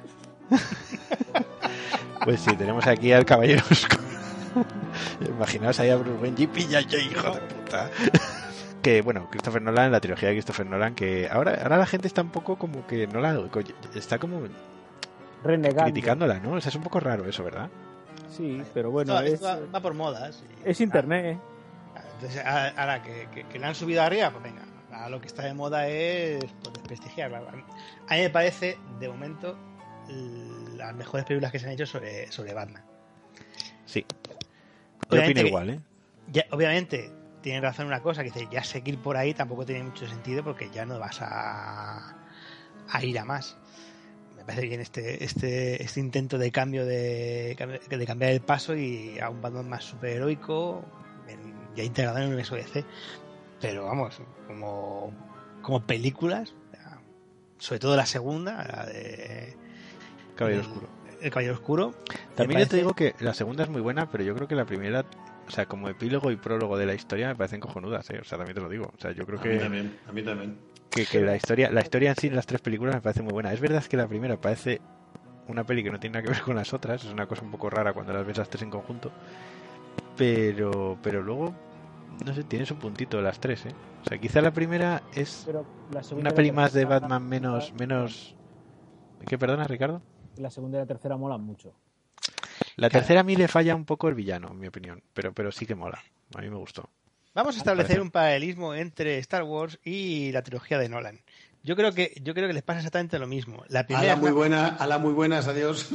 Pues sí, tenemos aquí al Caballero Oscuro. Imaginaos ahí a Bruce Wayne, pilla ya, hijo de puta. Que bueno, Christopher Nolan, la trilogía de Christopher Nolan, que ahora la gente está un poco como que no la está como renegando, criticándola, ¿no? O sea, es un poco raro eso, ¿verdad? Sí, pero bueno, va por modas. Es internet. Entonces, ahora que la han subido arriba, pues venga, ahora lo que está de moda es pues, desprestigiarla. A mí me parece, de momento, las mejores películas que se han hecho sobre Batman. Sí. Yo opino igual, ¿eh? Ya, obviamente, tienen razón una cosa, que dice, ya seguir por ahí tampoco tiene mucho sentido porque ya no vas a ir a más. Me parece bien este intento de cambio de cambiar el paso y a un Batman más superheroico, ya integrado en el universo DC. Pero vamos, como películas, sobre todo la segunda, la de Caballero Oscuro. El Caballero Oscuro. También yo te digo que la segunda es muy buena, pero yo creo que la primera, o sea, como epílogo y prólogo de la historia me parecen cojonudas, ¿eh? O sea, también te lo digo. O sea, yo creo que... A mí también. Que la historia en sí, en las tres películas, me parece muy buena. Es verdad que la primera parece una peli que no tiene nada que ver con las otras, es una cosa un poco rara cuando las ves las tres en conjunto, pero luego, no sé, tiene su puntito las tres, ¿eh? O sea, quizá la primera es una peli más de Batman menos... ¿Qué, perdona, Ricardo? La segunda y la tercera molan mucho. La tercera a mí le falla un poco el villano, en mi opinión, pero sí que mola. A mí me gustó. Vamos a establecer un paralelismo entre Star Wars y la trilogía de Nolan. Yo creo que les pasa exactamente lo mismo. La primera muy buenas, adiós.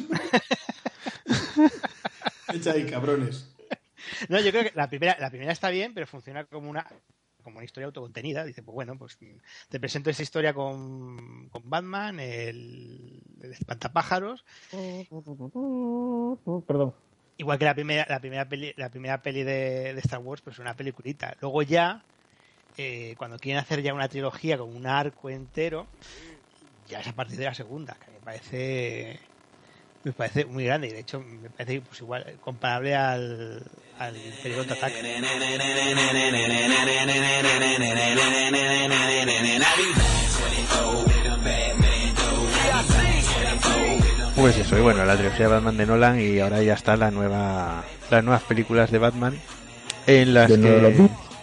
Echa ahí, cabrones. No, yo creo que la primera está bien, pero funciona como una historia autocontenida. Dice, pues bueno, pues te presento esta historia con Batman, el espantapájaros. Perdón. Igual que la primera peli de Star Wars, pues una peliculita. Luego ya, cuando quieren hacer ya una trilogía con un arco entero, ya es a partir de la segunda, que me parece muy grande, y de hecho me parece pues igual comparable al Imperio Contraataca. Pues eso, y bueno, la trilogía de Batman de Nolan, y ahora ya está las nuevas películas de Batman en las que...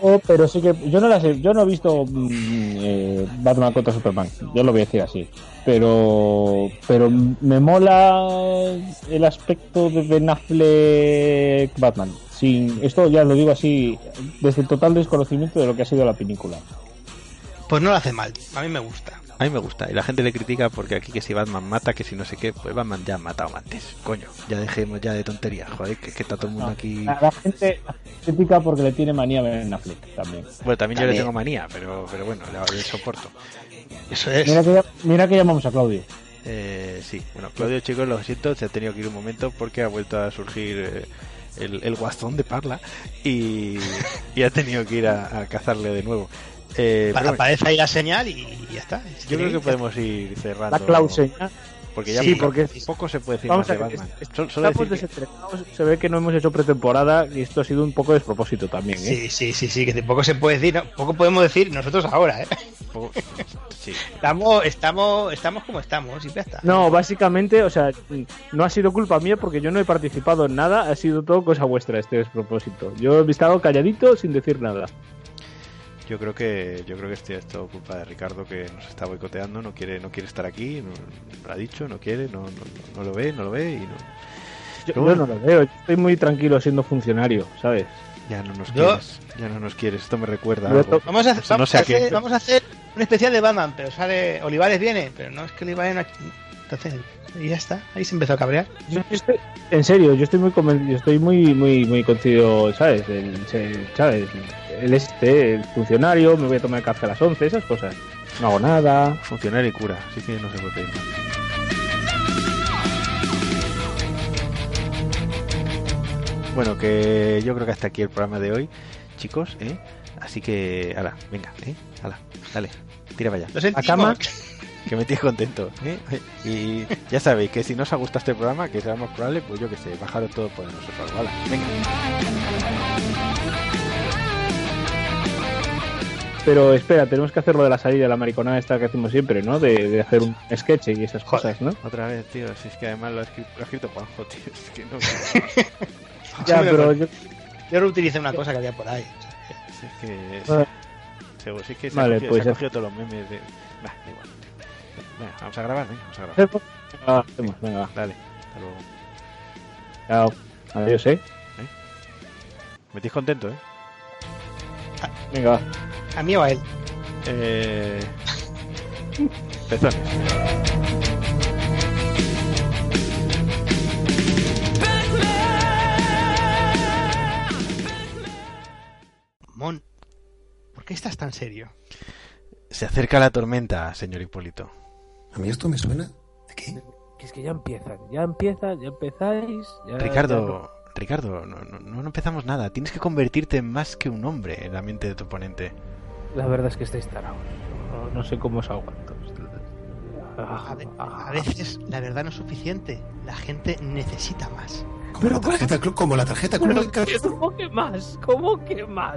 pero sí que yo no he visto Batman contra Superman, yo lo voy a decir así, pero me mola el aspecto de Ben Affleck Batman. Esto ya lo digo así desde el total desconocimiento de lo que ha sido la película. Pues no lo hace mal, a mí me gusta. A mí me gusta, y la gente le critica porque aquí que si Batman mata, que si no sé qué, pues Batman ya ha matado antes. Coño, ya dejemos ya de tonterías, joder, que está todo el mundo aquí. La gente critica porque le tiene manía a Ben Affleck también. Bueno, también yo le tengo manía, pero bueno, le soporto. Eso es. Mira que llamamos a Claudio. Sí, bueno, Claudio, chicos, lo siento, se ha tenido que ir un momento porque ha vuelto a surgir el guastón de Parla y ha tenido que ir a cazarle de nuevo. Aparece ahí la señal y ya está. Yo creo que podemos ir cerrando. La clauseña. Porque ya porque poco se puede decir vamos más de a ver, Batman. Solo decir se ve que no hemos hecho pretemporada y esto ha sido un poco despropósito también. Sí, que poco se puede decir, poco podemos decir nosotros ahora, Sí. Estamos como estamos y ya está. No, básicamente, o sea, no ha sido culpa mía porque yo no he participado en nada, ha sido todo cosa vuestra este despropósito. Yo he estado calladito sin decir nada. Yo creo que es todo culpa de Ricardo, que nos está boicoteando, no quiere estar aquí, no lo ha dicho, no quiere, no lo ve y no. Yo no lo veo, yo estoy muy tranquilo siendo funcionario, ¿sabes? Ya no nos quieres, esto me recuerda algo. Vamos a hacer un especial de Batman, pero sale Olivares viene, pero no es que Olivares no... Entonces, y ya está, ahí se empezó a cabrear. En serio, yo estoy muy convencido, estoy muy convencido, ¿sabes? ¿Sabes? El funcionario, me voy a tomar el café a las 11, esas cosas. No hago nada. Funcionario y cura, así que no se puede pedir más. Bueno, que yo creo que hasta aquí el programa de hoy, chicos, así que, ala, venga, ala, dale, tira para allá. Lo sentimos. A cama, que me tienes contento, y ya sabéis que si no os ha gustado este programa, que sea más probable, pues yo que sé, bajaros todo por nosotros, ala, venga. Pero espera, tenemos que hacer lo de la salida de la mariconada esta que hacemos siempre, ¿no? De hacer un sketch y esas cosas, ¿no? Otra vez, tío, si es que además lo ha escrito Juanjo, tío, es que no... Ya, pero yo reutilicé una cosa que había por ahí. Sí, es que... Seguro, sí que se vale, ha cogido, pues se ha cogido todos los memes de... Bah, da igual. Venga, vamos a grabar, vamos a grabar. Venga, va. Dale, hasta luego. Chao. Adiós, ¿Me estáis contento, Venga, va. ¿A mí o a él? Pezones. Mon, ¿por qué estás tan serio? Se acerca la tormenta, señor Hipólito. ¿A mí esto me suena? ¿De qué? Que es que ya empezáis. Ricardo, no empezamos nada. Tienes que convertirte en más que un hombre en la mente de tu oponente. La verdad es que estáis tarados. No sé cómo os aguanto. A veces la verdad no es suficiente. La gente necesita más. Como la tarjeta club. ¿Cómo que más? ¿Cómo que más?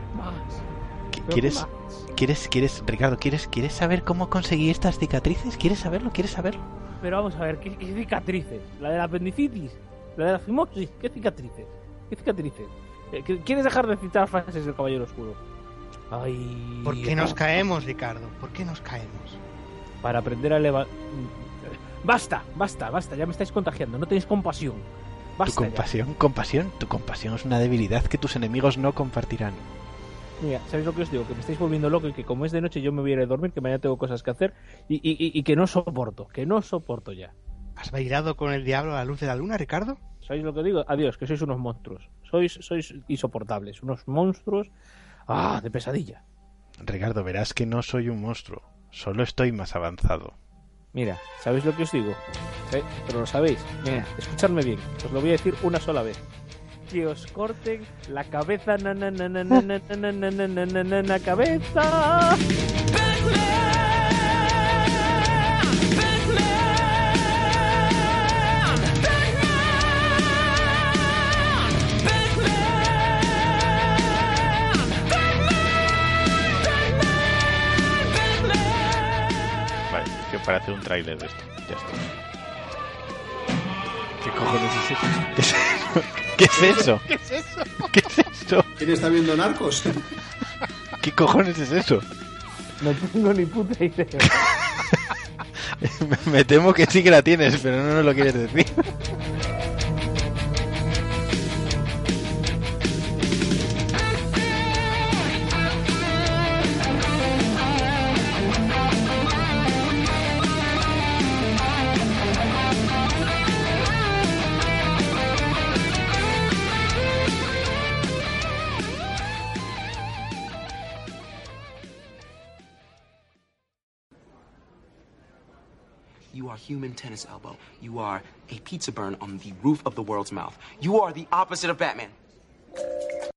¿Quieres, Ricardo, ¿quieres saber cómo conseguí estas cicatrices? ¿Quieres saberlo? Pero vamos a ver, ¿qué cicatrices? ¿La de la apendicitis? ¿La de la fimosis? ¿Qué cicatrices? ¿Quieres dejar de citar frases del Caballero Oscuro? Ay, ¿por qué nos caemos, Ricardo? ¿Por qué nos caemos? Para aprender a elevar... Basta, ya me estáis contagiando, no tenéis compasión. Basta. Tu compasión es una debilidad que tus enemigos no compartirán. Mira, ¿sabéis lo que os digo? Que me estáis volviendo loco y que como es de noche yo me voy a ir a dormir, que mañana tengo cosas que hacer y que no soporto ya. ¿Has bailado con el diablo a la luz de la luna, Ricardo? ¿Sabéis lo que digo? Adiós, que sois unos monstruos. Sois insoportables, unos monstruos de pesadilla. Ricardo, verás que no soy un monstruo, solo estoy más avanzado. Mira, ¿sabéis lo que os digo? Pero lo sabéis. Mira, escuchadme bien, os lo voy a decir una sola vez. Que os corten la cabeza, cabeza. Vale, es que para hacer un tráiler de esto, ya está. ¿Qué cojones es eso? ¿Qué es eso? ¿Qué es eso? ¿Qué es eso? ¿Quién está viendo Narcos? ¿Qué cojones es eso? No tengo ni puta idea. Me temo que sí que la tienes, pero no nos lo quieres decir. You are human tennis elbow. You are a pizza burn on the roof of the world's mouth. You are the opposite of Batman.